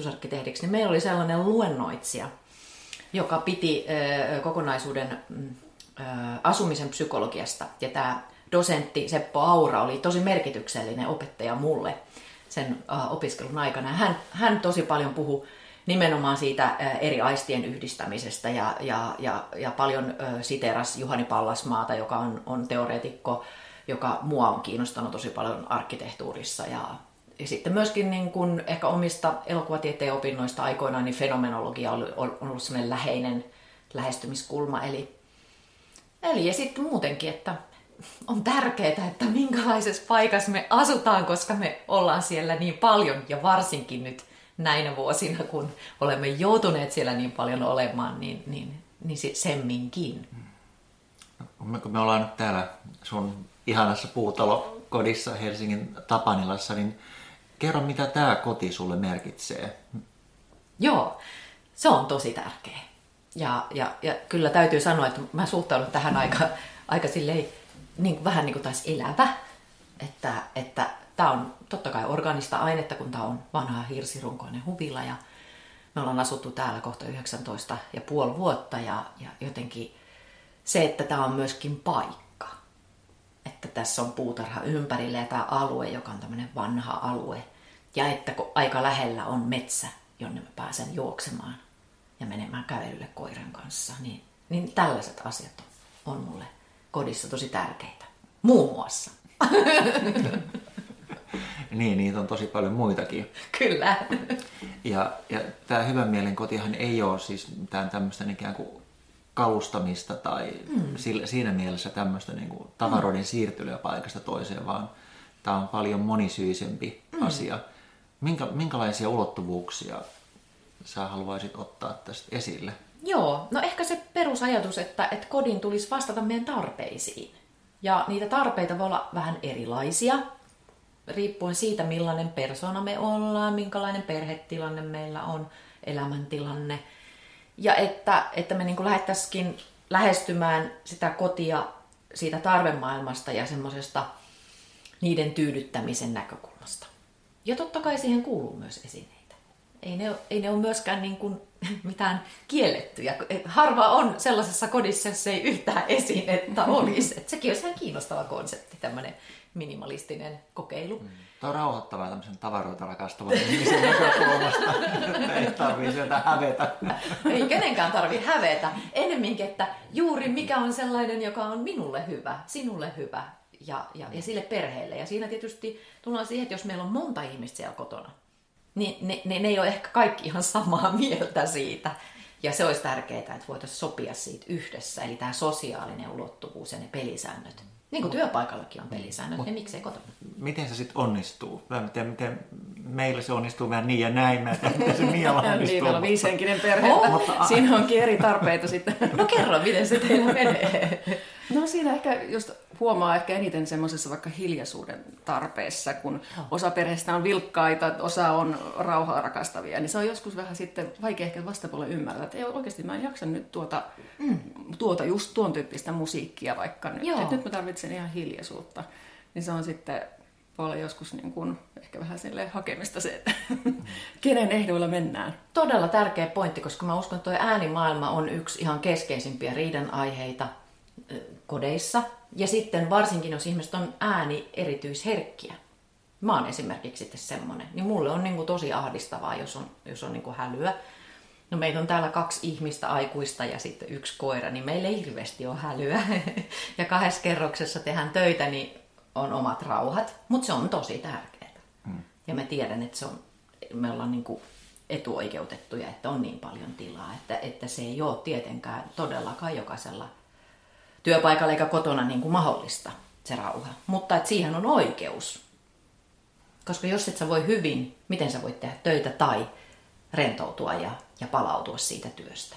sisustusarkkitehdiksi, niin meillä oli sellainen luennoitsija, joka piti ö, kokonaisuuden asumisen psykologiasta. Ja tämä dosentti Seppo Aura oli tosi merkityksellinen opettaja mulle sen opiskelun aikana. Hän, hän tosi paljon puhui nimenomaan siitä eri aistien yhdistämisestä ja, ja, ja, ja paljon siteerasi Juhani Pallasmaata, joka on, on teoreetikko, joka mua on kiinnostanut tosi paljon arkkitehtuurissa. Ja, ja sitten myöskin niin kun ehkä omista elokuvatieteen opinnoista aikoinaan niin fenomenologia on, on ollut sellainen läheinen lähestymiskulma. Eli, eli ja sitten muutenkin, että on tärkeää, että minkälaisessa paikassa me asutaan, koska me ollaan siellä niin paljon ja varsinkin nyt näinä vuosina, kun olemme joutuneet siellä niin paljon olemaan, niin, niin, niin semminkin. No, kun me ollaan nyt täällä sun ihanassa puutalokodissa Helsingin Tapanilassa, niin kerro, mitä tämä koti sulle merkitsee. Joo, se on tosi tärkeä. Ja, ja, ja kyllä täytyy sanoa, että mä suhtaudun tähän aika, aika silleen, niin kuin, vähän niin kuin taas elävä, että, että tämä on totta kai organista ainetta, kun tämä on vanha hirsirunkoinen huvila ja me ollaan asuttu täällä kohta yhdeksäntoista ja puoli vuotta ja, ja jotenkin se, että tämä on myöskin paikka, että tässä on puutarha ympärillä ja tämä alue, joka on tämmöinen vanha alue ja että kun aika lähellä on metsä, jonne mä pääsen juoksemaan ja menemään kävelylle koiran kanssa, niin, niin tällaiset asiat on, on mulle kodissa tosi tärkeitä, muun muassa. Niin, niitä on tosi paljon muitakin. Kyllä. Ja, ja tämä Hyvän mielen kotihan ei ole siis mitään tämmöistä ikään kuin kalustamista tai mm. sillä, siinä mielessä tämmöistä niin kuin tavaroiden mm. siirtelyä paikasta toiseen, vaan tämä on paljon monisyisempi mm. asia. Minkä, minkälaisia ulottuvuuksia sä haluaisit ottaa tästä esille? Joo, no ehkä se perusajatus, että, että kodin tulisi vastata meidän tarpeisiin. Ja niitä tarpeita voi olla vähän erilaisia, riippuen siitä, millainen persona me ollaan, minkälainen perhetilanne meillä on, elämäntilanne. Ja että, että me niin kuin lähdettäisikin lähestymään sitä kotia siitä tarvemaailmasta ja semmoisesta niiden tyydyttämisen näkökulmasta. Ja totta kai siihen kuuluu myös esineitä. Ei ne, ei ne ole myöskään niin kuin mitään kiellettyjä. Harva on sellaisessa kodissa, jossa ei yhtään esinettä olisi. Et sekin olisi ihan kiinnostava konsepti, tämmöinen minimalistinen kokeilu. Mm. Tämä on rauhoittavaa tämmöisen tavaroita rakastavan ihmisen näkökulmasta. Ei tarvitse sieltä hävetä. Ei kenenkään tarvitse hävetä. Ennemminkin, että juuri mikä on sellainen, joka on minulle hyvä, sinulle hyvä ja, ja, ja sille perheelle. Ja siinä tietysti tullaan siihen, että jos meillä on monta ihmistä siellä kotona, niin ne, ne, ne ei ole ehkä kaikki ihan samaa mieltä siitä. Ja se olisi tärkeää, että voitaisiin sopia siitä yhdessä. Eli tämä sosiaalinen ulottuvuus ja ne pelisäännöt. Niin kuin työpaikallakin on pelisäännöt, Mut, niin miksei kotona? Miten se sitten onnistuu? Miten, miten meillä se onnistuu vähän niin ja näin? Mä en tiedä, miten se Mialla onnistuu. Niin, meillä on viisihenkinen perhe. Oh, mutta siinä onkin eri tarpeita sitten. No kerro, miten se teillä menee. No siinä ehkä just huomaa ehkä eniten semmoisessa vaikka hiljaisuuden tarpeessa, kun osa perheestä on vilkkaita, osa on rauhaa rakastavia, niin se on joskus vähän sitten vaikea ehkä vastapuolelle ymmärtää, että ei oikeasti mä en jaksa nyt tuota, mm. tuota just tuon tyyppistä musiikkia vaikka nyt, että nyt mä tarvitsen ihan hiljaisuutta, niin se on sitten paljon joskus niin kuin ehkä vähän silleen hakemista se, että kenen ehdoilla mennään. Todella tärkeä pointti, koska mä uskon, että tuo äänimaailma on yksi ihan keskeisimpiä riidan aiheita kodeissa. Ja sitten varsinkin, jos ihmiset on ääni erityisherkkiä. Mä oon esimerkiksi sitten semmoinen. Niin mulle on niin kuin tosi ahdistavaa, jos on, jos on niin kuin hälyä. No meitä on täällä kaksi ihmistä, aikuista ja sitten yksi koira, niin meillä ei hirveästi ole hälyä. Ja kahdessa kerroksessa tehdään töitä, niin on omat rauhat. Mutta se on tosi tärkeää. Mm. Ja mä tiedän, että se on, me ollaan niin kuin etuoikeutettuja, että on niin paljon tilaa. Että, että se ei ole tietenkään todellakaan jokaisella työpaikalla eikä kotona niin kuin mahdollista se rauha. Mutta että siihen on oikeus. Koska jos et sä voi hyvin, miten sä voit tehdä töitä tai rentoutua ja, ja palautua siitä työstä.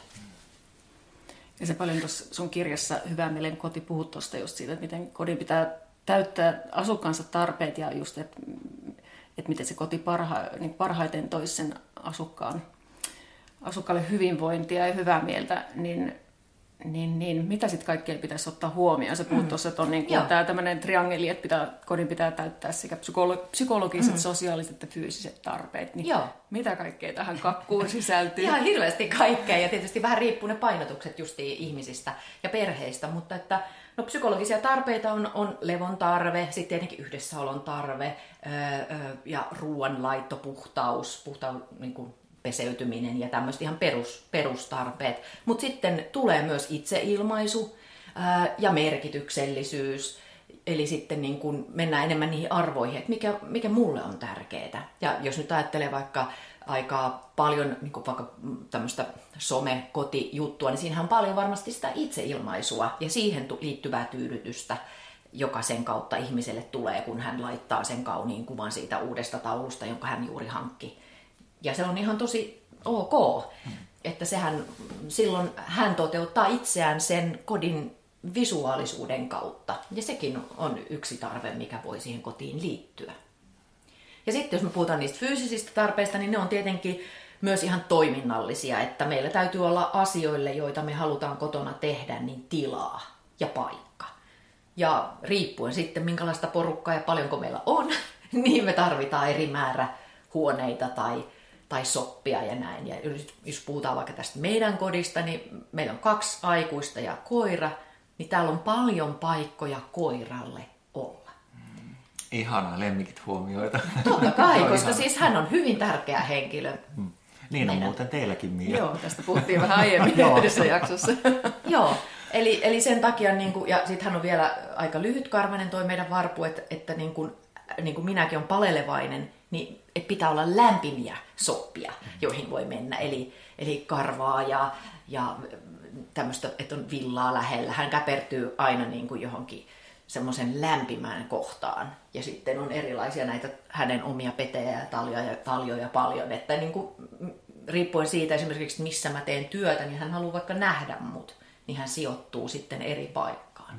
Ja se paljon tuossa sun kirjassa Hyvän mielen koti puhut tuosta just siitä, että miten kodin pitää täyttää asukkaansa tarpeet ja just, että, että miten se koti parha, niin parhaiten toisi sen asukkaan, asukkaalle hyvinvointia ja hyvää mieltä, niin Niin, niin. Mitä sitten kaikkea pitäisi ottaa huomioon? Se puhut tuossa, että on niin tämä tämmöinen triangeli, että pitää, kodin pitää täyttää sekä psykolo- psykologiset, mm. sosiaaliset että fyysiset tarpeet. Niin Joo. Mitä kaikkea tähän kakkuun sisältyy? Ihan hirveästi kaikkea ja tietysti vähän riippuu ne painotukset justiin ihmisistä ja perheistä, mutta että no, psykologisia tarpeita on, on levon tarve, sitten tietenkin yhdessäolon tarve öö, ja ruoanlaitto, puhtaus, puhtaus niin kuin peseytyminen ja tämmöiset ihan perus, perustarpeet. Mutta sitten tulee myös itseilmaisu ää, ja merkityksellisyys. Eli sitten niin kun mennään enemmän niihin arvoihin, että mikä, mikä mulle on tärkeää. Ja jos nyt ajattelee vaikka aika paljon niin kuin vaikka tämmöistä some-kotijuttua, niin siinähän on paljon varmasti sitä itseilmaisua ja siihen liittyvää tyydytystä, joka sen kautta ihmiselle tulee, kun hän laittaa sen kauniin kuvan siitä uudesta taulusta, jonka hän juuri hankki. Ja se on ihan tosi ok, että sehän silloin hän toteuttaa itseään sen kodin visuaalisuuden kautta. Ja sekin on yksi tarve, mikä voi siihen kotiin liittyä. Ja sitten jos me puhutaan niistä fyysisistä tarpeista, niin ne on tietenkin myös ihan toiminnallisia, että meillä täytyy olla asioille, joita me halutaan kotona tehdä, niin tilaa ja paikka. Ja riippuen sitten minkälaista porukkaa ja paljonko meillä on, niin me tarvitaan eri määrä huoneita tai tai soppia ja näin. Ja jos puhutaan vaikka tästä meidän kodista, niin meillä on kaksi aikuista ja koira, niin täällä on paljon paikkoja koiralle olla. Mm. Ihanaa, lemmikit huomioita. Totta kai, koska ihana. Siis hän on hyvin tärkeä henkilö. Mm. Niin on meidän... muuten teilläkin, Mia. Joo, tästä puhuttiin vähän aiemmin yhdessä jaksossa. Joo, eli, eli sen takia, niin kuin, ja sitten hän on vielä aika lyhytkarvainen toi meidän varpu, että, että niin kuin, niin kuin minäkin on palelevainen, niin että pitää olla lämpimiä soppia, joihin voi mennä. Eli, eli karvaa ja, ja tämmöistä, että on villaa lähellä. Hän käpertyy aina niin kuin johonkin semmoisen lämpimään kohtaan. Ja sitten on erilaisia näitä hänen omia petejä ja taljoja, ja taljoja paljon. Että niin kuin, riippuen siitä esimerkiksi, missä mä teen työtä, niin hän haluaa vaikka nähdä mut. Niin hän sijoittuu sitten eri paikkaan.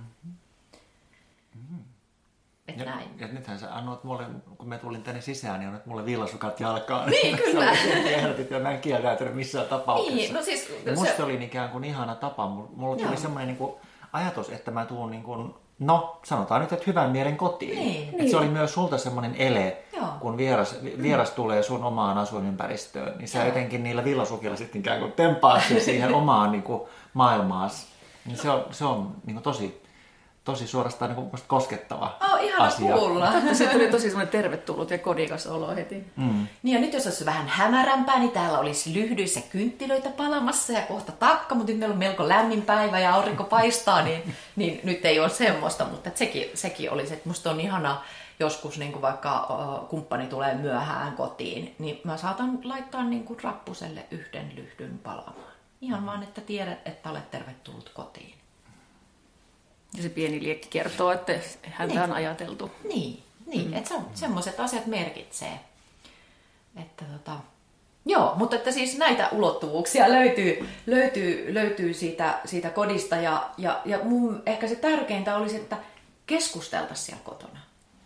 Et ja, näin. ja nythän sä annoit mulle, kun mä tulin tänne sisään, niin annoit mulle villasukat jalkaan. Niin, kyllä. Ehdotit ja mä en kieltäytynyt missään tapauksessa. Niin, no siis, ja musta se oli ikään kuin ihana tapa. Mulla tuli semmoinen niin kuin ajatus, että mä tuun niin kuin, no sanotaan nyt, että hyvän mielen kotiin. Niin, että niin. Se oli myös sulta semmoinen ele, Joo. kun vieras, vieras tulee sun omaan asuinympäristöön, niin sä Joo. jotenkin niillä villasukilla sitten ikään kuin tempaat siihen omaan niin kuin maailmaasi. Niin se on, se on niin kuin tosi... Tosi suorastaan niin kuin koskettava oh, ihana asia. Kuulla. Totta, se tuli tosi semmoinen tervetullut ja kodikas olo heti. Mm. Niin ja nyt jos olisi vähän hämärämpää, niin täällä olisi lyhdyissä kynttilöitä palamassa ja kohta takka, mutta nyt meillä on melko lämmin päivä ja aurinko paistaa, niin, niin nyt ei ole semmoista, mutta sekin, sekin olisi, että musta on ihana joskus niin kuin vaikka uh, kumppani tulee myöhään kotiin, niin mä saatan laittaa niin kuin rappuselle yhden lyhdyn palamaan. Ihan mm. vaan, että tiedät, että olet tervetullut kotiin. Ja se pieni liekki kertoo, että häntä niin. on ajateltu. Niin, niin mm. että se, semmoiset asiat merkitsee. Että tota, joo, mutta että siis näitä ulottuvuuksia löytyy, löytyy, löytyy siitä, siitä kodista. Ja, ja, ja mun ehkä se tärkeintä olisi, että keskusteltaisiin siellä kotona.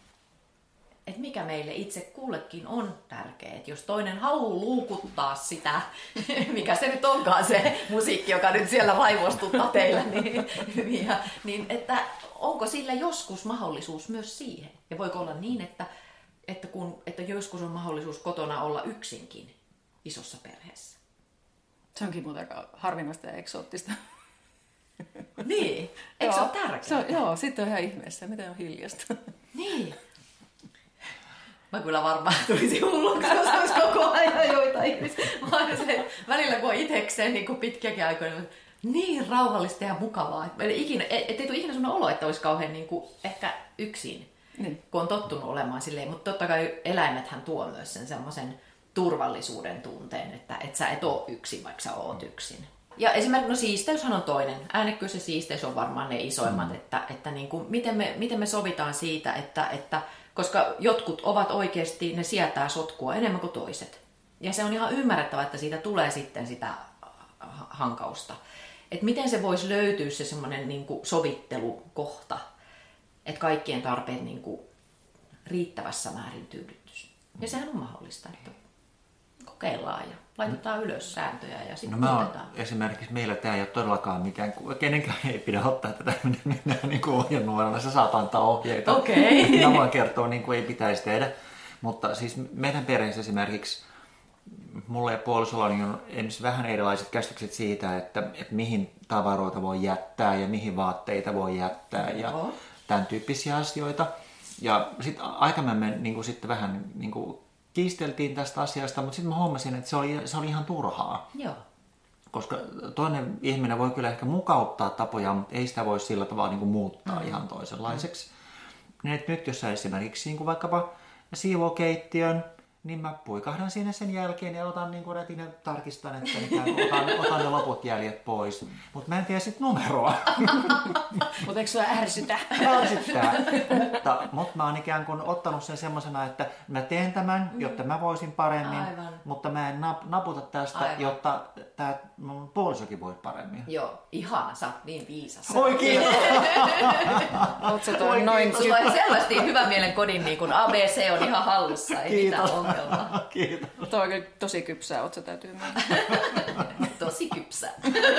Että mikä meille itse kullekin on tärkeää. Että jos toinen haluaa luukuttaa sitä, mikä se nyt onkaan se musiikki, joka nyt siellä raivostuttaa teillä, niin, ja, niin että onko sillä joskus mahdollisuus myös siihen? Ja voiko olla niin, että, että, kun, että joskus on mahdollisuus kotona olla yksinkin isossa perheessä? Se onkin muuten aika harvinaista ja eksoottista. Niin, eikö se ole tärkeää? Se on, joo, sitten on ihan ihmeessä, miten on hiljasta. Niin. Mä kyllä varmaan tulisi hulluksi, jos olisi koko ajan joita ihmisiä. Välillä kun on itsekseen niin kuin pitkiäkin aikoja, niin rauhallista ja mukavaa. Että et ei tule ikinä sellainen olo, että olisi kauhean niin kuin, ehkä yksin, niin. kun on tottunut olemaan silleen. Mutta totta kai eläimethän tuo myös sen semmoisen turvallisuuden tunteen, että et sä et ole yksin, vaikka sä oot yksin. Ja esimerkiksi no siisteyshän on toinen. Äänekkyys ja siisteys on varmaan ne isoimmat, mm. että, että niin kuin, miten, me, miten me sovitaan siitä, että... että koska jotkut ovat oikeasti, ne sietää sotkua enemmän kuin toiset. Ja se on ihan ymmärrettävää, että siitä tulee sitten sitä hankausta. Että miten se voisi löytyä se semmoinen niin kuin sovittelukohta, että kaikkien tarpeet niin kuin riittävässä määrin tyydyttyisi. Ja sehän on mahdollista, että kokeillaan ja laitetaan ylös sääntöjä ja sitten no muutetaan. Esimerkiksi meillä tämä ei ole todellakaan mikään, kenenkään ei pidä ottaa tätä minä niin kuin ohjenuorana, sä saat antaa ohjeita. Okei. Okay. Mä voin kertoa niin kuin ei pitäisi tehdä, mutta siis meidän perheessä esimerkiksi mulla ja puolisolla on vähän erilaiset käsitykset siitä, että, että mihin tavaroita voi jättää ja mihin vaatteita voi jättää ja Oho. tämän tyyppisiä asioita. Ja sitten aikanaan me niin kuin sitten vähän niin kuin kiisteltiin tästä asiasta, mutta sitten mä huomasin, että se oli, se oli ihan turhaa. Joo. Koska toinen ihminen voi kyllä ehkä mukauttaa tapoja, mutta ei sitä voi sillä tavalla niin kuin muuttaa mm. ihan toisenlaiseksi. Mm. Niin, nyt jos sä esimerkiksi niin kuin vaikkapa siivoo keittiön, niin mä puikahdan siinä sen jälkeen ja otan niin kuin rätin ja tarkistan, että otan, otan ne loput jäljet pois. Mutta mä en tiedä sit numeroa. Mutta eikö sua ärsytä? Ärsyttää. mutta, mutta mä oon ikään kuin ottanut sen semmosena, että mä teen tämän, jotta mä voisin paremmin, Aivan. mutta mä en nap, naputa tästä, Aivan. jotta tää mun puolisokin voi paremmin. Joo, ihana, sä oot niin viisas. Oi kiitos! Ootko toi noin? Sulla on selvästi hyvä mielen kodin, niin kun A B C on ihan hallussa, ei Kiitos. mitään ongelmaa. Kiitos. Tuo on kyllä tosi kypsää, oot sä täytyy mennä. Tosi kypsää.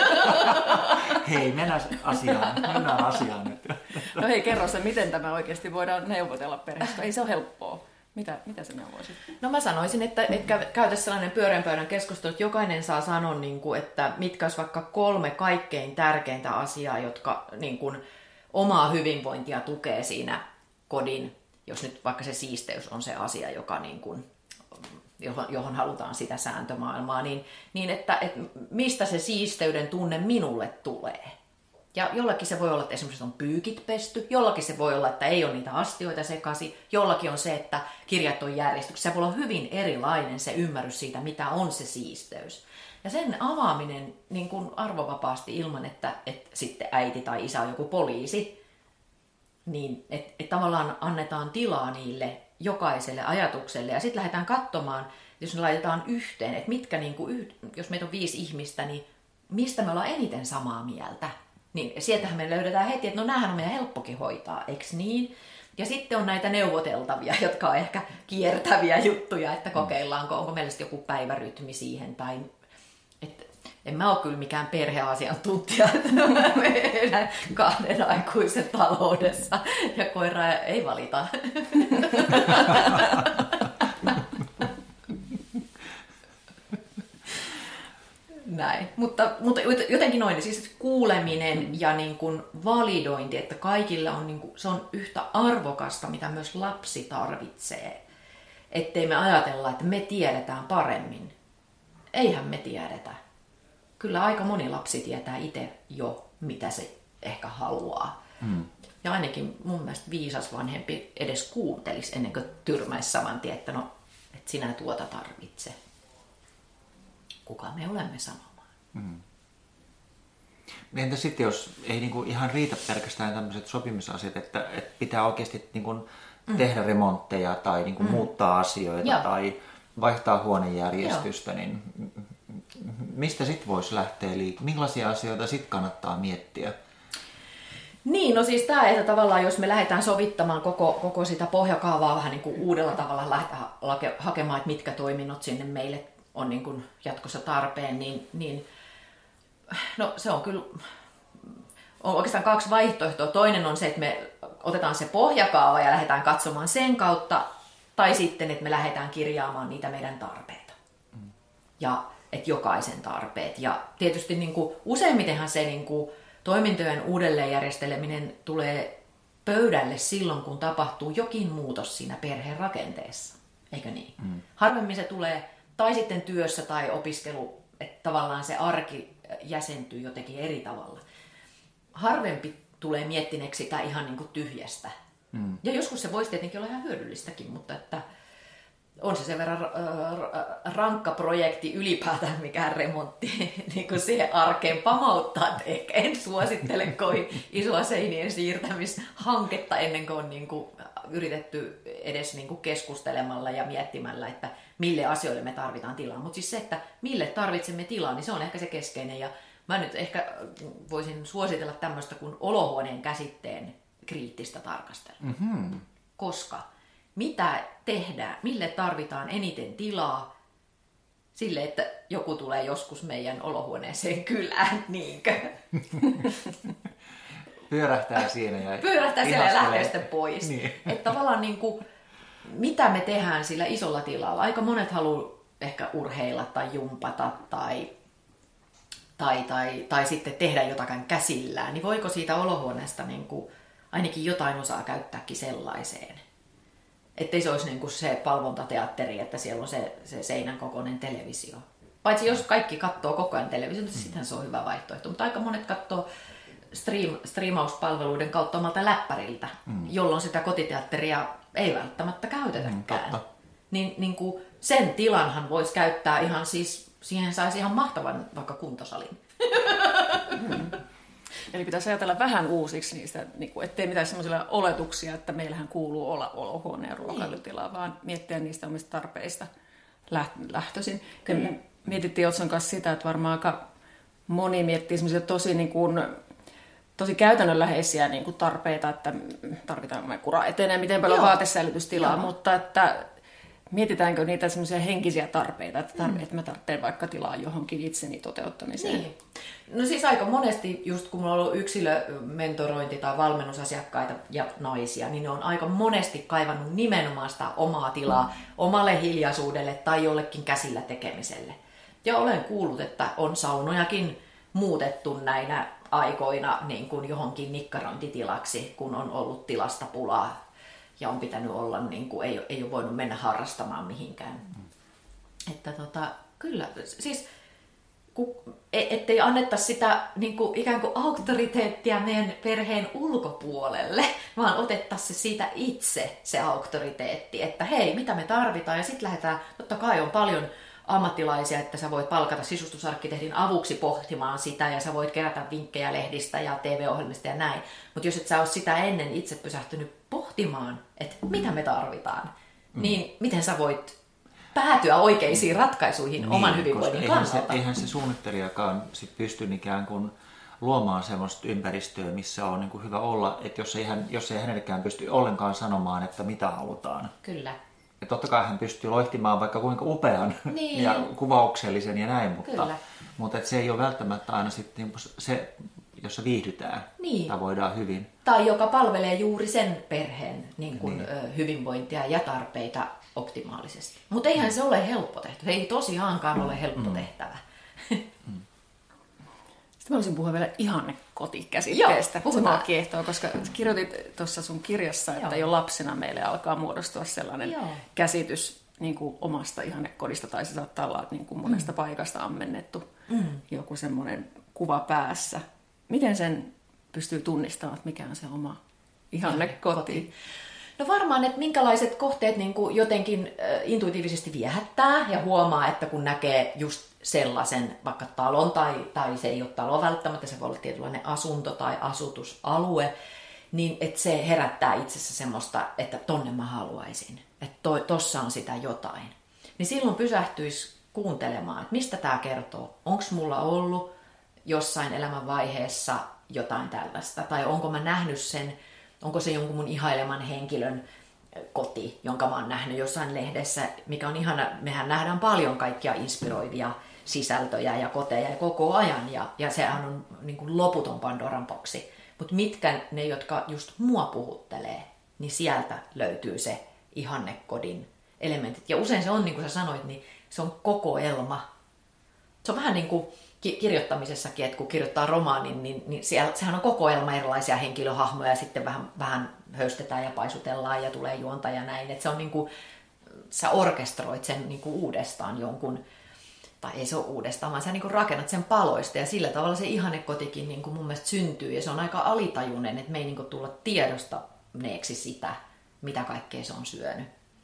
Hei, mennään asiaan. Mennään asiaan nyt. No hei, kerro se, miten tämä oikeasti voidaan neuvotella perheestä. Ei se ole helppoa. Mitä, mitä sä neuvoisit? No mä sanoisin, että, että käytäisiin sellainen pyöreän pöydän keskustelu, että jokainen saa sanoa, niin kuin, että mitkä olisi vaikka kolme kaikkein tärkeintä asiaa, jotka niin kuin, omaa hyvinvointia tukee siinä kodin, jos nyt vaikka se siisteys on se asia, joka niin kuin, johon, johon halutaan sitä sääntömaailmaa, niin, niin että, että mistä se siisteyden tunne minulle tulee. Ja jollakin se voi olla, että esimerkiksi on pyykit pesty, jollakin se voi olla, että ei ole niitä astioita sekaisin, jollakin on se, että kirjat on järjestyksessä. Se voi olla hyvin erilainen se ymmärrys siitä, mitä on se siisteys. Ja sen avaaminen niin kuin arvovapaasti ilman, että, että sitten äiti tai isä on joku poliisi, niin että et tavallaan annetaan tilaa niille jokaiselle ajatukselle ja sitten lähdetään katsomaan, jos ne laitetaan yhteen, että mitkä, niin kuin, jos meitä on viisi ihmistä, niin mistä me ollaan eniten samaa mieltä. Niin sieltähän me löydetään heti, että no näähän on meidän helppokin hoitaa, eikö niin? Ja sitten on näitä neuvoteltavia, jotka on ehkä kiertäviä juttuja, että kokeillaanko, onko meillä joku päivärytmi siihen tai... Että en mä ole kyllä mikään perheasiantuntija, että mä elän kahden aikuisen taloudessa ja koiraa ei valita. Näin, mutta, mutta jotenkin noin, siis kuuleminen ja niin kuin validointi, että kaikilla on, niin kuin, se on yhtä arvokasta, mitä myös lapsi tarvitsee. Ettei me ajatella, että me tiedetään paremmin. Eihän me tiedetä. Kyllä aika moni lapsi tietää itse jo, mitä se ehkä haluaa. Mm. Ja ainakin mun mielestä viisas vanhempi edes kuuntelisi ennen kuin tyrmäisi saman tien, että no, että sinä tuota tarvitse. Kuka me olemme sanomaan? Mm. Entä sitten, jos ei niinku ihan riitä pelkästään tämmöiset sopimisasiat, että, että pitää oikeasti niinku mm. tehdä remontteja tai niinku mm. muuttaa asioita Joo. tai vaihtaa huonejärjestystä, Joo. niin mistä sitten voisi lähteä liikkeelle? Millaisia asioita sitten kannattaa miettiä? Niin, no siis tämä, että tavallaan jos me lähdetään sovittamaan koko, koko sitä pohjakaavaa vähän niin kuin uudella tavalla lähdetään hakemaan, että mitkä toiminnot sinne meille on niin kuin jatkossa tarpeen, niin, niin no se on kyllä on oikeastaan kaksi vaihtoehtoa. Toinen on se, että me otetaan se pohjakaava ja lähdetään katsomaan sen kautta, tai sitten, että me lähdetään kirjaamaan niitä meidän tarpeita. Mm. Ja että jokaisen tarpeet. Ja tietysti niin kuin, useimmitenhan se niin kuin, toimintojen uudelleenjärjesteleminen tulee pöydälle silloin, kun tapahtuu jokin muutos siinä perheen rakenteessa. Eikö niin? Mm. Harvemmin se tulee, tai sitten työssä tai opiskelu, että tavallaan se arki jäsentyy jotenkin eri tavalla. Harvempi tulee miettineeksi sitä ihan niin kuin tyhjästä. Mm. Ja joskus se voisi tietenkin olla ihan hyödyllistäkin, mutta että on se sen verran rankka projekti ylipäätään mikään remontti niin kuin siihen arkeen pamauttaa, että ehkä en suosittele kovin isoa seinien siirtämishanketta ennen kuin on niin kuin yritetty edes niin kuin keskustelemalla ja miettimällä, että mille asioille me tarvitaan tilaa. Mutta siis se, että mille tarvitsemme tilaa, niin se on ehkä se keskeinen. Ja mä nyt ehkä voisin suositella tämmöistä kuin olohuoneen käsitteen kriittistä tarkastelua. Mm-hmm. Koska mitä tehdään, mille tarvitaan eniten tilaa, Sille, että joku tulee joskus meidän olohuoneeseen kylään, niinkö? Pyörähtää siinä ja Pyörähtää siellä ja lähtee sitten pois. Niin. Että tavallaan niin kuin, mitä me tehdään sillä isolla tilalla? Aika monet haluaa ehkä urheilla tai jumpata tai, tai, tai, tai sitten tehdä jotakin käsillään. Niin voiko siitä olohuoneesta niin kuin, ainakin jotain osaa käyttääkin sellaiseen? Ettei se olisi niin kuin se palvontateatteri, että siellä on se, se seinän kokoinen televisio. Paitsi jos kaikki katsoo koko ajan televisiota, mm. sitten se on hyvä vaihtoehto. Mutta aika monet katsoo stream, striimauspalveluiden kautta omalta läppäriltä, mm. jolloin sitä kotiteatteria ei välttämättä käytetäkään. Mm, niin, niin kuin sen tilanhan voisi käyttää ihan siis, siihen saisi ihan mahtavan vaikka kuntosalin. Mm. Eli pitäisi ajatella vähän uusiksi niistä, ettei mitään sellaisia oletuksia, että meillähän kuuluu olla olohuoneen ruokailutila, niin. vaan miettiä niistä omista tarpeista lähtöisin. Mietittiin Otson kanssa sitä, että varmaan aika moni miettii sellaisia tosi, niin kuin, tosi käytännönläheisiä niin kuin tarpeita, että tarvitaanko me kura etenee, miten paljon vaatesäilytystilaa, Joo. mutta että mietitäänkö niitä semmoisia henkisiä tarpeita, että, tarve, mm. että mä tarvitsen vaikka tilaa johonkin itseni toteuttamiseen? Niin. No siis aika monesti, just kun mulla on ollut yksilömentorointi- tai valmennusasiakkaita ja naisia, niin ne on aika monesti kaivannut nimenomaan sitä omaa tilaa mm. omalle hiljaisuudelle tai jollekin käsillä tekemiselle. Ja olen kuullut, että on saunojakin muutettu näinä aikoina niin kuin johonkin nikkarointitilaksi, kun on ollut tilasta pulaa. Ja on pitänyt olla, niin kuin, ei, ei ole voinut mennä harrastamaan mihinkään. Mm. Että tota, kyllä, siis kun, ettei annettaisi sitä niin kuin, ikään kuin auktoriteettia meidän perheen ulkopuolelle, vaan otettaisiin se siitä itse se auktoriteetti, että hei, mitä me tarvitaan, ja sitten lähdetään, totta kai on paljon ammattilaisia, että sä voit palkata sisustusarkkitehdin avuksi pohtimaan sitä, ja sä voit kerätä vinkkejä lehdistä ja T V-ohjelmista ja näin. Mutta jos et sä ole sitä ennen itse pysähtynyt pohtimaan, että mitä me tarvitaan, mm. niin miten sä voit päätyä oikeisiin ratkaisuihin niin, oman hyvinvoinnin eihän kannalta? Se, eihän se suunnittelijakaan sit pysty ikään kuin luomaan sellaista ympäristöä, missä on niin kuin hyvä olla, että jos ei, hän, jos ei hänellekään pysty ollenkaan sanomaan, että mitä halutaan. Kyllä. Ja totta kai hän pystyy loihtimaan vaikka kuinka upean niin. ja kuvauksellisen ja näin, mutta, mutta et se ei ole välttämättä aina sitten niin se, jossa viihdytään niin. tai voidaan hyvin. Tai joka palvelee juuri sen perheen niin kuin, niin. hyvinvointia ja tarpeita optimaalisesti. Mutta eihän mm. se ole helppo tehtävä. Ei tosiaankaan ole helppo mm. tehtävä. Mm. Sitten mä haluaisin puhua vielä ihannekotikäsitteestä. Se mua kiehtoo, koska kirjoitit tuossa sun kirjassa, että Joo. jo lapsena meille alkaa muodostua sellainen Joo. käsitys niin kuin omasta ihannekodista, tai se saattaa olla niin kuin monesta mm. paikasta ammennettu mm. joku semmoinen kuva päässä. Miten sen pystyy tunnistamaan, että mikä on se oma ihannekoti? No varmaan, että minkälaiset kohteet niin kuin jotenkin äh, intuitiivisesti viehättää ja huomaa, että kun näkee just sellaisen vaikka talon tai, tai se ei ole talo välttämättä, se voi olla tietynlainen asunto tai asutusalue, niin että se herättää itsessä semmoista, että tonne mä haluaisin, että to, tossa on sitä jotain. Niin silloin pysähtyisi kuuntelemaan, että mistä tämä kertoo, onko mulla ollut jossain elämänvaiheessa jotain tällaista, tai onko mä nähnyt sen, onko se jonkun mun ihaileman henkilön koti, jonka mä oon nähnyt jossain lehdessä, mikä on ihana, mehän nähdään paljon kaikkia inspiroivia sisältöjä ja koteja koko ajan, ja, ja sehän on niin kuin loputon Pandoran boksi. Mutta mitkä ne, jotka just mua puhuttelee, niin sieltä löytyy se ihannekodin elementit. Ja usein se on, niin kuin sä sanoit, niin se on kokoelma. Se on vähän niin kuin kirjoittamisessakin, että kun kirjoittaa romaanin, niin, niin siellä, sehän on kokoelma erilaisia henkilöhahmoja, ja sitten vähän, vähän höystetään ja paisutellaan ja tulee juonta ja näin. Että se on niin kuin, sä orkestroit sen niin kuin uudestaan jonkun, tai ei se ole uudestaan, vaan sä niin kuin rakennat sen paloista, ja sillä tavalla se ihannekotikin niin kuin mun mielestä syntyy, ja se on aika alitajuinen, että me ei niin kuin tulla tiedostaneeksi sitä, mitä kaikkea se on syönyt.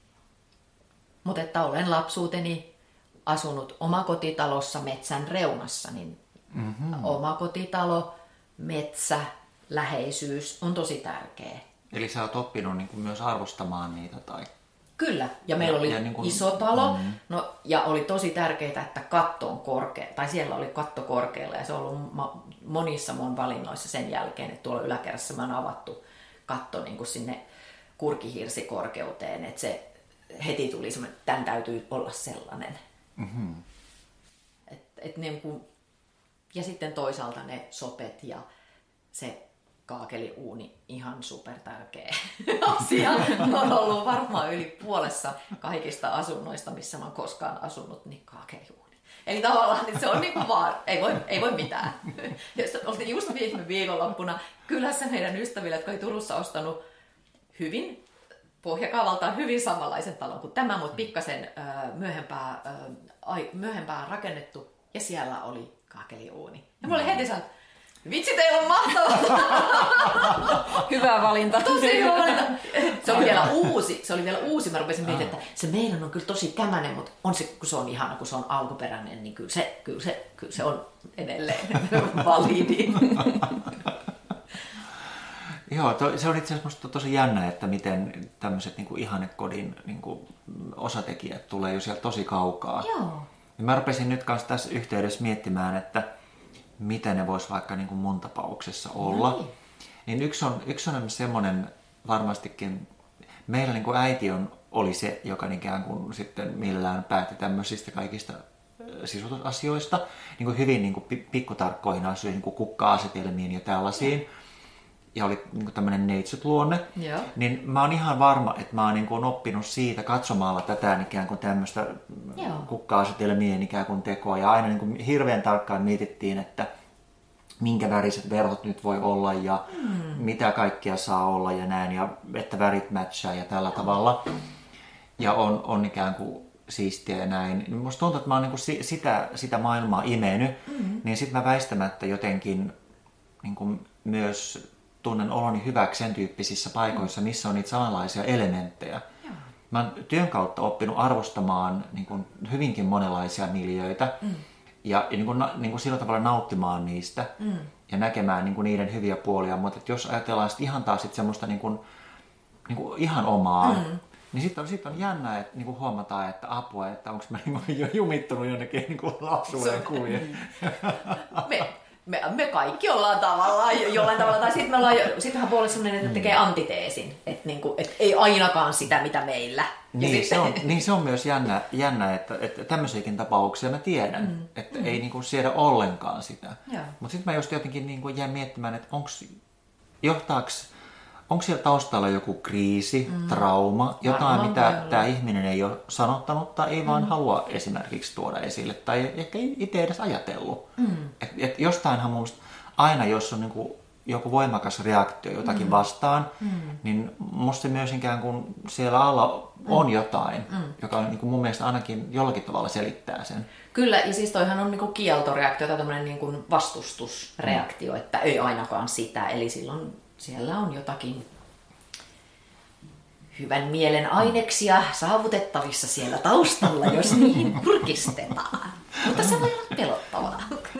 Mutta että olen lapsuuteni asunut omakotitalossa metsän reunassa, niin mm-hmm. omakotitalo, metsä, läheisyys on tosi tärkeä. Eli sä oot oppinut niin kuin myös arvostamaan niitä tai... Kyllä, ja meillä oli niin kuin... iso talo, mm-hmm. no, ja oli tosi tärkeää, että katto on korkea, tai siellä oli katto korkealla, ja se on ollut monissa mun valinnoissa sen jälkeen, että tuolla yläkerrassa me on avattu katto niin kuin sinne kurkihirsikorkeuteen, että se heti tuli semmoinen, että tämän täytyy olla sellainen. Mm-hmm. et niin kuin, ja sitten toisaalta ne sopet ja se kaakeliuuni, ihan super tärkeä asia. Mä oon ollut varmaan yli puolessa kaikista asunnoista, missä mä oon koskaan asunut, niin kaakeliuuni. Eli tavallaan niin se on niin kuin vaan, ei voi, ei voi mitään. Oltiin just viime viikonloppuna kylässä meidän ystäville, jotka oli Turussa ostanut hyvin, pohjakaavaltaan hyvin samanlaisen talon kuin tämä, mutta pikkasen äh, myöhempää, äh, myöhempään rakennettu, ja siellä oli kaakeliuuni. Ja mä olin heti sanonut, vitsi, teillä on mahtavaa! Hyvä valinta. Tosi hyvä valinta. Se oli vielä uusi. Se oli vielä uusi. Mä rupesin miettimään, että se meidän on kyllä tosi kämänen, mutta on se, kun se on ihana, kun se on alkuperäinen, niin kyllä se, kyllä se, kyllä se on edelleen validi. Joo, to, se on itse asiassa musta tosi jännä, että miten tämmöiset niin kuin ihanekodin niin kuin osatekijät tulee jo sieltä tosi kaukaa. Joo. Mä rupesin nyt kanssa tässä yhteydessä miettimään, että mitä ne vois vaikka niin kuin mun tapauksessa olla. No niin. Niin yksi on, yksi on semmoinen varmastikin, meillä niin kuin äiti on, oli se, joka ikään kuin sitten millään päätti tämmöisistä kaikista sisustusasioista, niin kuin hyvin niin kuin pikkutarkkoihin asioihin, niin kuin kukka-asetelmiin ja tällaisiin. Ja oli niin kuin tämmöinen neitsyt-luonne. Joo. Niin mä oon ihan varma, että mä oon niin kuin oppinut siitä katsomalla tätä ikään kuin tämmöistä Joo. kukka-asetelmien ikään kuin tekoa. Ja aina niin kuin hirveän tarkkaan mietittiin, että minkä väriset verhot nyt voi olla ja mm. mitä kaikkea saa olla ja näin. Ja että värit matchaa ja tällä tavalla. Ja on, on ikään kuin siistiä ja näin. Musta tuntuu, että mä oon niin kuin sitä, sitä maailmaa imenyt. Mm. Niin sit mä väistämättä jotenkin niin kuin myös tunnen oloni hyväksi sen tyyppisissä paikoissa, missä on niitä samanlaisia elementtejä. Joo. Mä oon työn kautta oppinut arvostamaan niin kuin hyvinkin monenlaisia miljöitä mm. ja, ja niin kuin, niin kuin sillä tavalla nauttimaan niistä mm. ja näkemään niin kuin niiden hyviä puolia. Mutta jos ajatellaan sit ihan taas sit semmoista niin kuin, niin kuin ihan omaa, mm. niin sitten on, sit on jännä, että niin kuin huomataan, että apua, että onko mä niin kuin jo jumittunut jonnekin niin kuin lapsuuden kuvien. Me. Me, me kaikki ollaan tavallaan jollain tavalla, tai sitten me ollaan, sittenhän voi olla sellainen, että tekee antiteesin, että niinku, et ei ainakaan sitä, mitä meillä. Niin, sitten... se, on, niin se on myös jännä, jännä että, että tämmöisiäkin tapauksia mä tiedän, mm. että mm. ei niinku siedä ollenkaan sitä. Mutta sitten mä just jotenkin niinku jään miettimään, että onks, johtaaks, onko siellä taustalla joku kriisi, mm. trauma, jotain, mitä tämä ihminen ei ole sanottanut tai ei mm. vaan halua esimerkiksi tuoda esille tai ehkä itse edes ajatellut. Mm. Et, et jostainhan mun mielestä aina, jos on niinku joku voimakas reaktio jotakin mm. vastaan, mm. niin musta se myös ikään kuin siellä alla on mm. jotain, mm. joka on niinku mun mielestä ainakin jollakin tavalla selittää sen. Kyllä, ja siis toihan on niinku kieltoreaktio tai tämmöinen niinku vastustusreaktio, mm. että ei ainakaan sitä, eli silloin siellä on jotakin hyvän mielen aineksia saavutettavissa siellä taustalla, jos niihin kurkistetaan. Mutta se voi olla pelottavaa.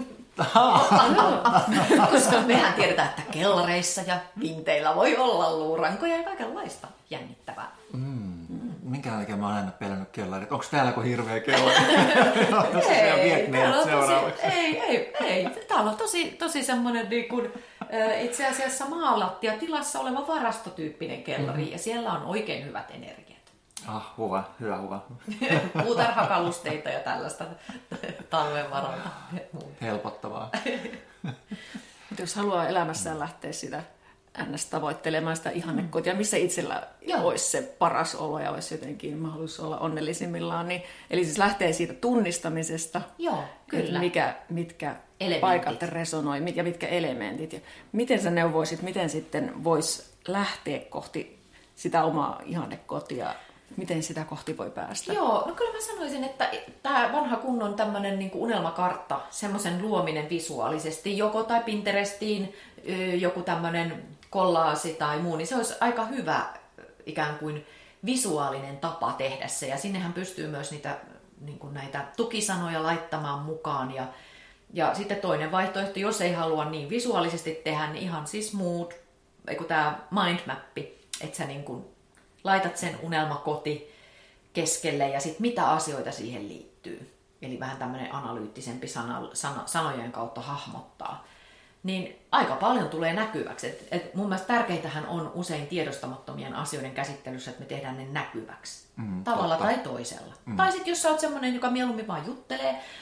Koska mehän tiedetään, että kellareissa ja vinteillä voi olla luurankoja ja kaikenlaista jännittävää. Mm. Minkä takia mä oon aina pelännyt kellarit? Onko täällä joku hirveä kellari? ei, ei, ei, ei. Täällä on tosi, tosi semmoinen niin kuin, itse asiassa maalattiatilassa oleva varastotyyppinen kellari, mm-hmm. ja siellä on oikein hyvät energiat. Ah, hyvä, hyvä, hyvä. Puutarhakalusteita ja tällaista talven varalta. Helpottavaa. Jos haluaa elämässään lähteä sitä ns. Tavoittelemaan sitä ihannekotia, mm. missä itsellä Joo. olisi se paras olo ja olisi jotenkin mahdollisuus olla onnellisimmillaan. Niin, eli siis lähtee siitä tunnistamisesta, Joo, kyllä. Mikä, mitkä paikat resonoi ja mitkä elementit. Ja miten sä neuvoisit, miten sitten voisi lähteä kohti sitä omaa ihannekotia? Miten sitä kohti voi päästä? Joo, no kyllä mä sanoisin, että tämä vanha kunnon tämmöinen niin kuin unelmakartta, semmoisen luominen visuaalisesti, joko tai Pinterestiin, joku tämmöinen kollaasi tai muu, niin se olisi aika hyvä ikään kuin visuaalinen tapa tehdä se. Ja sinnehän pystyy myös niitä, niin kuin näitä tukisanoja laittamaan mukaan. Ja, ja sitten toinen vaihtoehto, jos ei halua niin visuaalisesti tehdä, niin ihan siis mood, eiku tämä mindmappi, että sä niin kuin laitat sen unelmakoti keskelle ja sitten mitä asioita siihen liittyy. Eli vähän tämmöinen analyyttisempi sana, sana, sanojen kautta hahmottaa. Niin aika paljon tulee näkyväksi. Et, et mun mielestä tärkeintähän on usein tiedostamattomien asioiden käsittelyssä, että me tehdään ne näkyväksi. Mm, tavalla totta. Tai toisella. Mm. Tai sitten jos sä oot semmoinen, joka mieluummin vaan juttelee,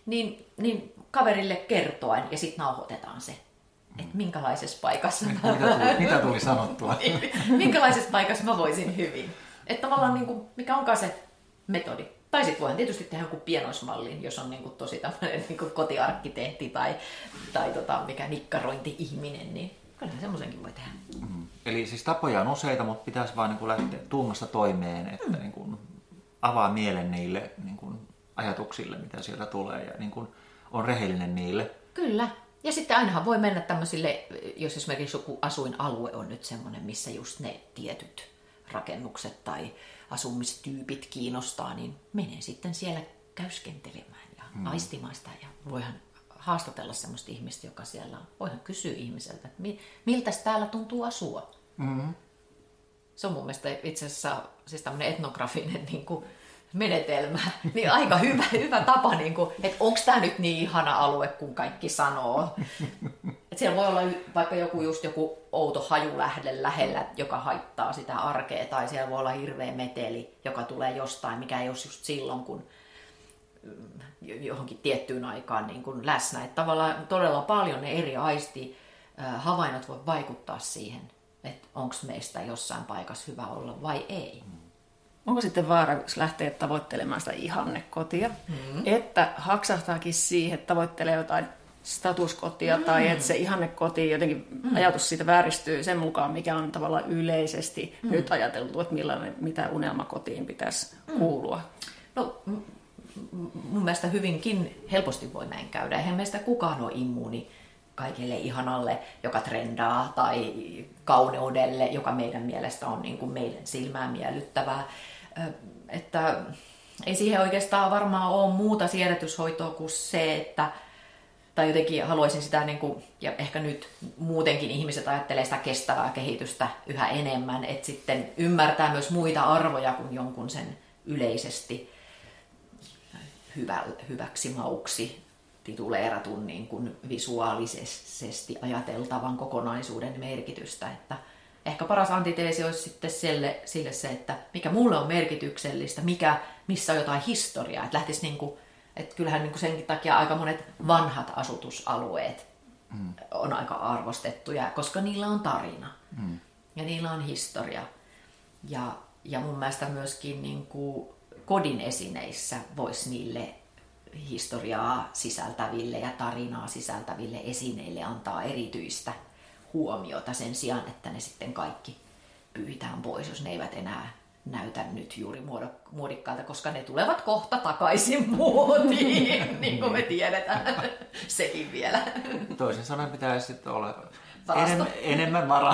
niin, niin kaverille kertoen ja sitten nauhoitetaan se, että minkälaisessa paikassa mä... mitä, tuli, mitä tuli sanottua? minkälaisessa paikassa mä voisin hyvin. Että tavallaan niin kuin, mikä onkaan se metodi. Tai sitten voidaan tietysti tehdä joku pienoismallin, jos on niin kuin tosi tämmöinen niin kuin kotiarkkitehti tai, tai tota, mikä nikkarointi-ihminen, niin kyllähän semmoisenkin voi tehdä. Mm. Eli siis tapoja on useita, mutta pitäisi vaan niin kuin lähteä tuumasta toimeen, että mm. niin kuin avaa mielen niille niin kuin ajatuksille, mitä sieltä tulee ja niin kuin on rehellinen niille. Kyllä. Ja sitten ainahan voi mennä tämmöisille, jos esimerkiksi joku asuinalue on nyt semmoinen, missä just ne tietyt rakennukset tai asumistyypit kiinnostaa, niin menee sitten siellä käyskentelemään ja mm. aistimaan sitä. Ja voihan haastatella semmoista ihmistä, joka siellä on. Voihan kysyä ihmiseltä, että miltä täällä tuntuu asua. Mm. Se on mun mielestä itse asiassa siis tämmöinen etnografinen niin kuin menetelmä, niin aika hyvä, hyvä tapa, niin kuin, että onko tämä nyt niin ihana alue, kun kaikki sanoo. Että siellä voi olla vaikka joku, just joku outo hajulähde lähellä, joka haittaa sitä arkea, tai siellä voi olla hirveä meteli, joka tulee jostain, mikä ei ole just silloin, kun johonkin tiettyyn aikaan niin kuin läsnä. Että tavallaan todella paljon ne eri aisti havainnot voi vaikuttaa siihen, että onko meistä jossain paikassa hyvä olla vai ei. Onko sitten vaara, jos lähtee tavoittelemaan sitä ihannekotia, mm-hmm. että haksahtaakin siihen, että tavoittelee jotain statuskotia mm-hmm. tai että se ihannekoti, jotenkin mm-hmm. ajatus siitä vääristyy sen mukaan, mikä on tavallaan yleisesti mm-hmm. nyt ajateltu, että millainen, mitä unelmakotiin pitäisi mm-hmm. kuulua. No, mun mielestä hyvinkin helposti voi näin käydä. Eihän meistä kukaan ole immuuni kaikille ihanalle, joka trendaa, tai kauneudelle, joka meidän mielestä on niin kuin meidän silmään miellyttävää. Että ei siihen oikeastaan varmaan ole muuta siedätyshoitoa kuin se, että tai jotenkin haluaisin sitä, niin kuin, ja ehkä nyt muutenkin ihmiset ajattelee sitä kestävää kehitystä yhä enemmän, että sitten ymmärtää myös muita arvoja kuin jonkun sen yleisesti hyvä, hyväksi mauksi tituleeratun niin kuin visuaalisesti ajateltavan kokonaisuuden merkitystä. Että ehkä paras antiteesi olisi sitten sille, sille se, että mikä mulle on merkityksellistä, mikä, missä on jotain historiaa. Että lähtisi niin kuin, että kyllähän niin kuin senkin takia aika monet vanhat asutusalueet mm. on aika arvostettuja, koska niillä on tarina mm. ja niillä on historia. Ja, ja mun mielestä myöskin niin kuin kodin esineissä voisi niille historiaa sisältäville ja tarinaa sisältäville esineille antaa erityistä huomiota sen sijaan, että ne sitten kaikki pyyhitään pois, jos ne eivät enää näytä nyt juuri muodikkaalta, koska ne tulevat kohta takaisin muotiin, niin kuin me tiedetään. Sekin vielä. Toisin sanoen pitäisi sitten olla Varasto. enem, enemmän vara,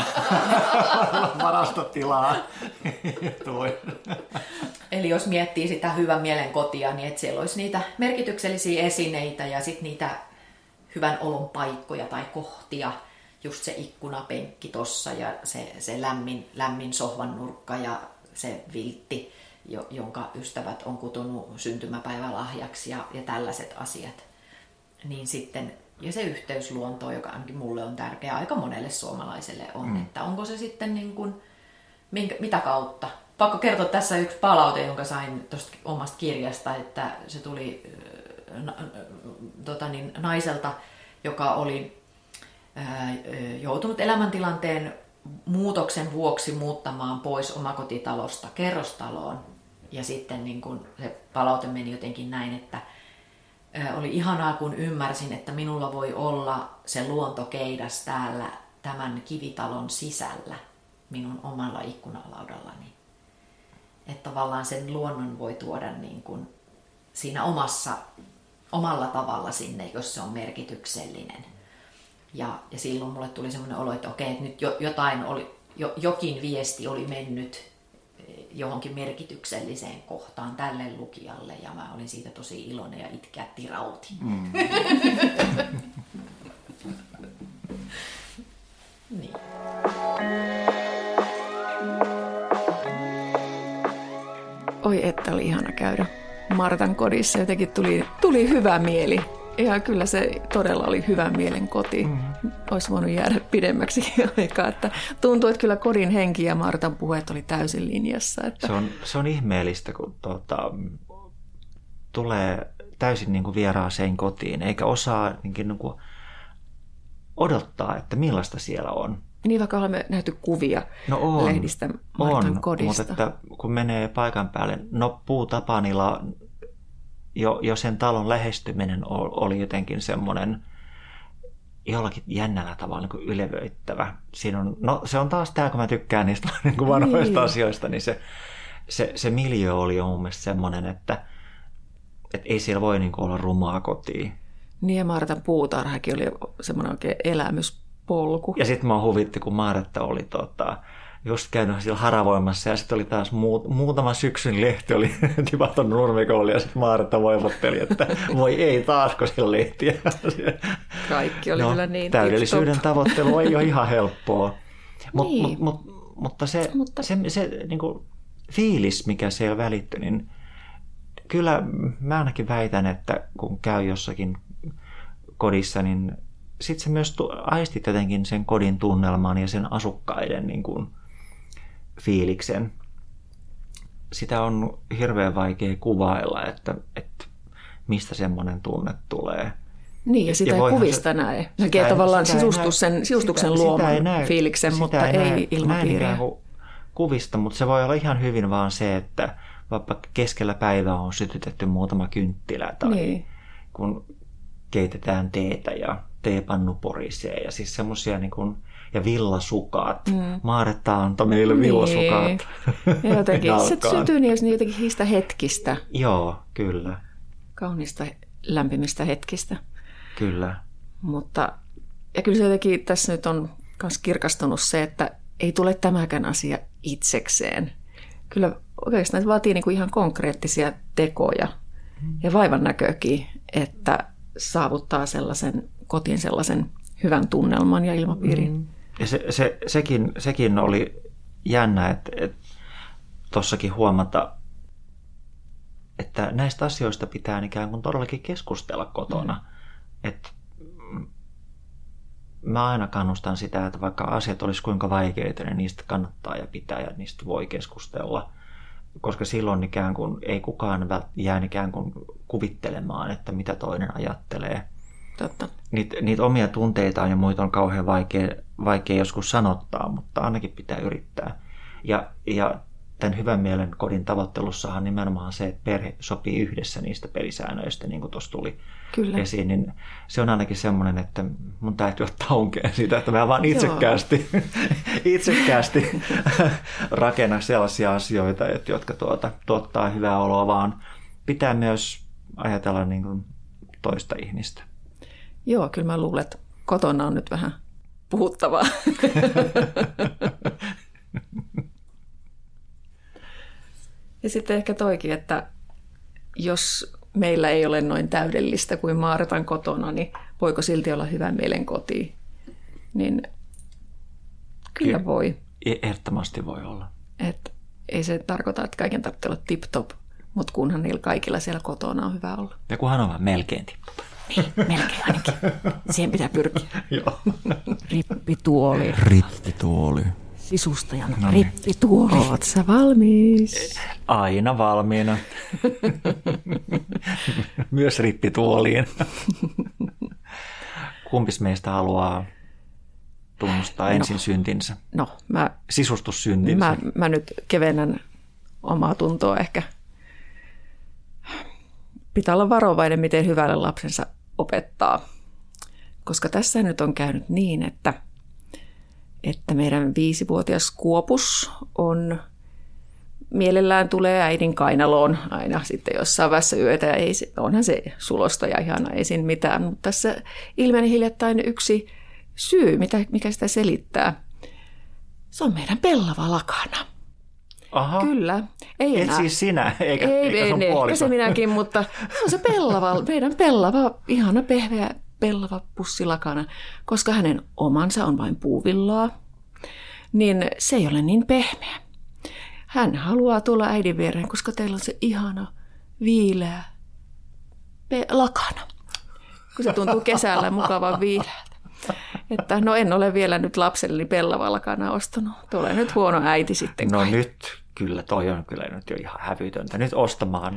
varastotilaa. Eli jos miettii sitä hyvän mielen kotia, niin että siellä olisi niitä merkityksellisiä esineitä ja sitten niitä hyvän olon paikkoja tai kohtia, just se ikkunapenkki tossa ja se, se lämmin, lämmin sohvan nurkka ja se viltti, jonka ystävät on kutonut syntymäpäivälahjaksi ja, ja tällaiset asiat. Niin sitten, ja se yhteys luontoon, joka ainakin mulle on tärkeä, aika monelle suomalaiselle on, mm. että onko se sitten niin kuin, minkä, mitä kautta. Pakko kertoa tässä yksi palaute, jonka sain tuosta omasta kirjasta, että se tuli äh, tota niin, naiselta, joka oli äh, joutunut elämäntilanteen muutoksen vuoksi muuttamaan pois omakotitalosta kerrostaloon. Ja sitten niin kun se palaute meni jotenkin näin, että äh, oli ihanaa, kun ymmärsin, että minulla voi olla se luontokeidas täällä tämän kivitalon sisällä minun omalla ikkunalaudallani. Että tavallaan sen luonnon voi tuoda niin kuin siinä omassa, omalla tavalla sinne, jos se on merkityksellinen. Ja, ja silloin mulle tuli semmoinen olo, että okei, että nyt jo, jotain oli, jo, jokin viesti oli mennyt johonkin merkitykselliseen kohtaan tälle lukijalle. Ja mä olin siitä tosi iloinen ja itkeä tirautin. Mm. Niin. Oi, että oli ihana käydä Martan kodissa. Jotenkin tuli, tuli hyvä mieli. Ja kyllä se todella oli hyvän mielen koti. Mm-hmm. Olisi voinut jäädä pidemmäksi aikaa. Että tuntuu, että kyllä kodin henki ja Martan puheet oli täysin linjassa. Että... Se, on, se on ihmeellistä, kun tuota, tulee täysin niin kuin vieraaseen kotiin, eikä osaa niin kuin odottaa, että millaista siellä on. Niin, vaikka olemme nähty kuvia no on, lehdistä Martan kodista. Mutta että kun menee paikan päälle, no Puutapanilla jo, jo sen talon lähestyminen oli jotenkin semmoinen jollakin jännällä tavalla niin kuin ylevöittävä. Siinä on, no se on taas tämä, kun mä tykkään niistä niin kuin vanhoista niin. asioista, niin se, se, se miljö oli jo mun mielestä semmoinen, että, että ei siellä voi niin kuin olla rumaa kotia. Niin ja Martan puutarhakin oli semmoinen oikein elämyspolku. Ja sitten mä huvitti, kun Martta oli tota, just käynyt siellä haravoimassa ja sitten oli taas muut, muutama syksyn lehti oli tipahtunut nurmikolle ja sitten Martta voivotteli, että voi ei taasko siellä lehtiä. Kaikki oli no, kyllä niin täydellisyyden tip-top. tavoittelu ei ole ihan helppoa. Mut, niin. mut, mut, mutta se, mutta... se, se niin kuin fiilis, mikä siellä välittyi, niin kyllä mä ainakin väitän, että kun käy jossakin kodissa, niin sitten se myös aistit jotenkin sen kodin tunnelman ja sen asukkaiden niin kuin fiiliksen. Sitä on hirveän vaikea kuvailla, että, että mistä semmoinen tunne tulee. Niin, ja sitä ja ei kuvista se, näe. Näkee tavallaan sisustuksen, sisustuksen sitä, luoman sitä näe, fiiliksen, mutta ei, ei ilmapiiriä. Kuvista, mutta se voi olla ihan hyvin vaan se, että vaikka keskellä päivää on sytytetty muutama kynttilä tai niin. kun keitetään teetä ja teepannu porisee ja siis semmoisia niin kuin, ja villasukat. Mm. Maaretta antoi meille niin. villasukat. Ja jotenkin se syntyy niin jotenkin niistä hetkistä. Joo, kyllä. Kaunista lämpimistä hetkistä. Kyllä. Mutta, ja kyllä se jotenkin tässä nyt on myös kirkastunut se, että ei tule tämäkään asia itsekseen. Kyllä oikeastaan se vaatii niin kuin ihan konkreettisia tekoja mm. ja vaivan näköäkin, että saavuttaa sellaisen kotiin sellaisen hyvän tunnelman ja ilmapiirin. Mm. Ja se, se, sekin, sekin oli jännä, että, että tossakin huomata, että näistä asioista pitää ikään kuin todellakin keskustella kotona. Mm. Että mä aina kannustan sitä, että vaikka asiat olisi kuinka vaikeita, niin niistä kannattaa ja pitää ja niistä voi keskustella. Koska silloin ikään kuin ei kukaan jää ikään kuin kuvittelemaan, että mitä toinen ajattelee. Totta. Niitä, niitä omia tunteitaan ja muita on kauhean vaikea, vaikea joskus sanottaa, mutta ainakin pitää yrittää. Ja, ja tämän hyvän mielen kodin tavoittelussahan nimenomaan se, että perhe sopii yhdessä niistä pelisäännöistä, niin kuin tuossa tuli Kyllä. esiin. Niin se on ainakin semmoinen, että mun täytyy ottaa onkeen siitä, että mä vaan itsekkäästi, itsekkäästi rakennan sellaisia asioita, jotka tuota, tuottaa hyvää oloa, vaan pitää myös ajatella niin kuin toista ihmistä. Joo, kyllä mä luulen, että kotona on nyt vähän puhuttavaa. Ja sitten ehkä toikin, että jos meillä ei ole noin täydellistä kuin Maaretan kotona, niin voiko silti olla hyvän mielen koti? Niin kyllä Ky- voi. Ehdottomasti voi olla. Et ei se tarkoita, että kaiken tarvitsee olla tip-top, mutta kunhan niillä kaikilla siellä kotona on hyvä olla. Ja kunhan on vähän melkein tip-top. Niin, melkein ainakin. Siihen pitää pyrkiä. Joo. Rippituoli. Rippituoli. Sisustajan no niin. Rippituoli. Oot sä valmis? Aina valmiina. Myös rippituoliin. Kumpis meistä haluaa tunnustaa no. ensin syntinsä? No, mä... Sisustussyntinsä. Mä, mä nyt kevennän omaa tuntoa ehkä. Pitää olla varovainen, miten hyvälle lapsensa opettaa. Koska tässä nyt on käynyt niin, että, että meidän viisivuotias Kuopus on, mielellään tulee äidin kainaloon aina sitten jossain vässä yötä. Ja ei, onhan se sulosta ja ihana, ei siinä mitään. Mutta tässä ilmeni hiljattain yksi syy, mitä, mikä sitä selittää. Se on meidän pellava lakana. Aha. Kyllä. Ei Et siis sinä, eikä, ei, eikä sun ei, puoliso. Ehkä se minäkin, mutta se on se pellava, meidän pellava, ihana pehmeä pellava pussilakana, koska hänen omansa on vain puuvillaa, niin se ei ole niin pehmeä. Hän haluaa tulla äidin viereen, koska teillä on se ihana, viileä pe- lakana, kun se tuntuu kesällä mukavan viileältä. Että no en ole vielä nyt lapselleni pellava lakana ostanut. Tulee nyt huono äiti sitten. No kai. Nyt kyllä, toi on kyllä nyt jo ihan hävytöntä. Nyt ostamaan ja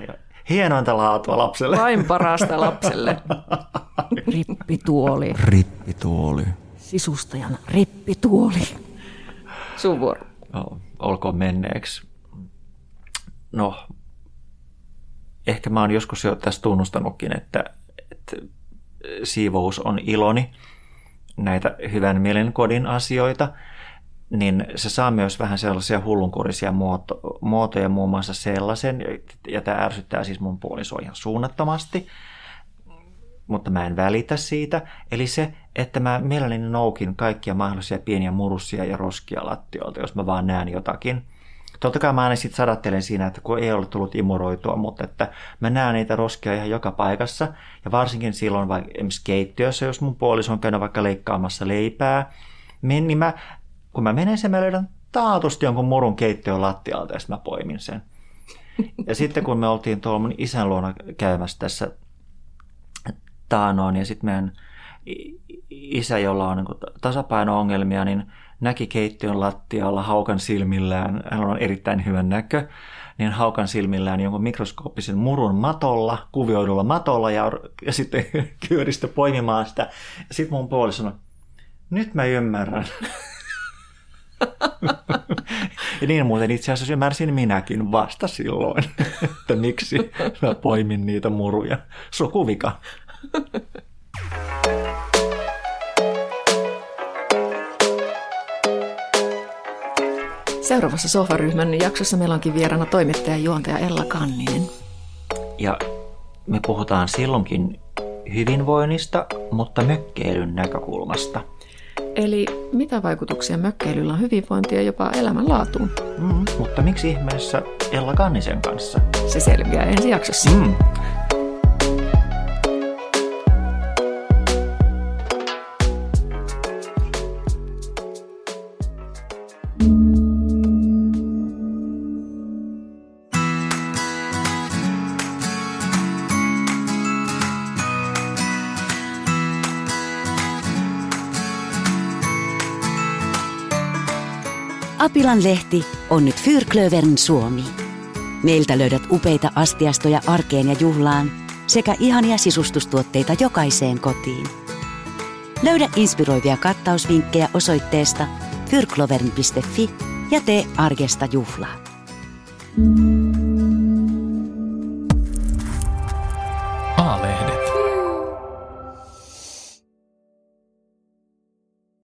hienointa laatua lapselle. Vain parasta lapselle. Rippituoli. Rippituoli. Sisustajan rippituoli. Sun vuoro. No, olkoon menneeksi. No, ehkä mä oon joskus jo tässä tunnustanutkin, että, että siivous on iloni, näitä hyvän mielen kodin asioita, niin se saa myös vähän sellaisia hullunkurisia muoto, muotoja, muun muassa sellaisen, ja tämä ärsyttää siis mun puolisoa ihan suunnattomasti, mutta mä en välitä siitä. Eli se, että mä mielelläni noukin kaikkia mahdollisia pieniä murussia ja roskia lattiolta, jos mä vaan näen jotakin. Totta kai mä aina sitten sadattelen siinä, että kun ei ole tullut imuroitua, mutta että mä näen niitä roskia ihan joka paikassa. Ja varsinkin silloin vaikka esimerkiksi keittiössä, jos mun puoliso on käynyt vaikka leikkaamassa leipää, niin mä, kun mä menen sen, mä löydän taatusti jonkun murun keittiön lattialta ja sitten mä poimin sen. Ja sitten kun me oltiin tuolla mun isän luona käymässä tässä taanoon ja sitten meidän isä, jolla on niin tasapaino-ongelmia, niin näki keittiön lattialla haukan silmillään, hän on erittäin hyvän näkö, niin haukan silmillään jonkun mikroskooppisen murun matolla, kuvioidulla matolla ja, ja sitten kyöristä poimimaan sitä. Sitten mun puoliso sanoi, nyt mä ymmärrän. Ja niin muuten itse asiassa ymmärsin minäkin vasta silloin, että miksi mä poimin niitä muruja. Sukuvika. Seuraavassa Sohvaryhmän jaksossa meillä onkin vieraana toimittaja juontaja Ella Kanninen. Ja me puhutaan silloinkin hyvinvoinnista, mutta mökkeilyn näkökulmasta. Eli mitä vaikutuksia mökkeilyllä on hyvinvointia jopa elämänlaatuun? Mm, mutta miksi ihmeessä Ella Kannisen kanssa? Se selviää ensi jaksossa. Mm. Apilan lehti on nyt Fyrklövern Suomi. Meiltä löydät upeita astiastoja arkeen ja juhlaan sekä ihania sisustustuotteita jokaiseen kotiin. Löydä inspiroivia kattausvinkkejä osoitteesta fyrklovern piste fi ja tee arjesta juhlaa.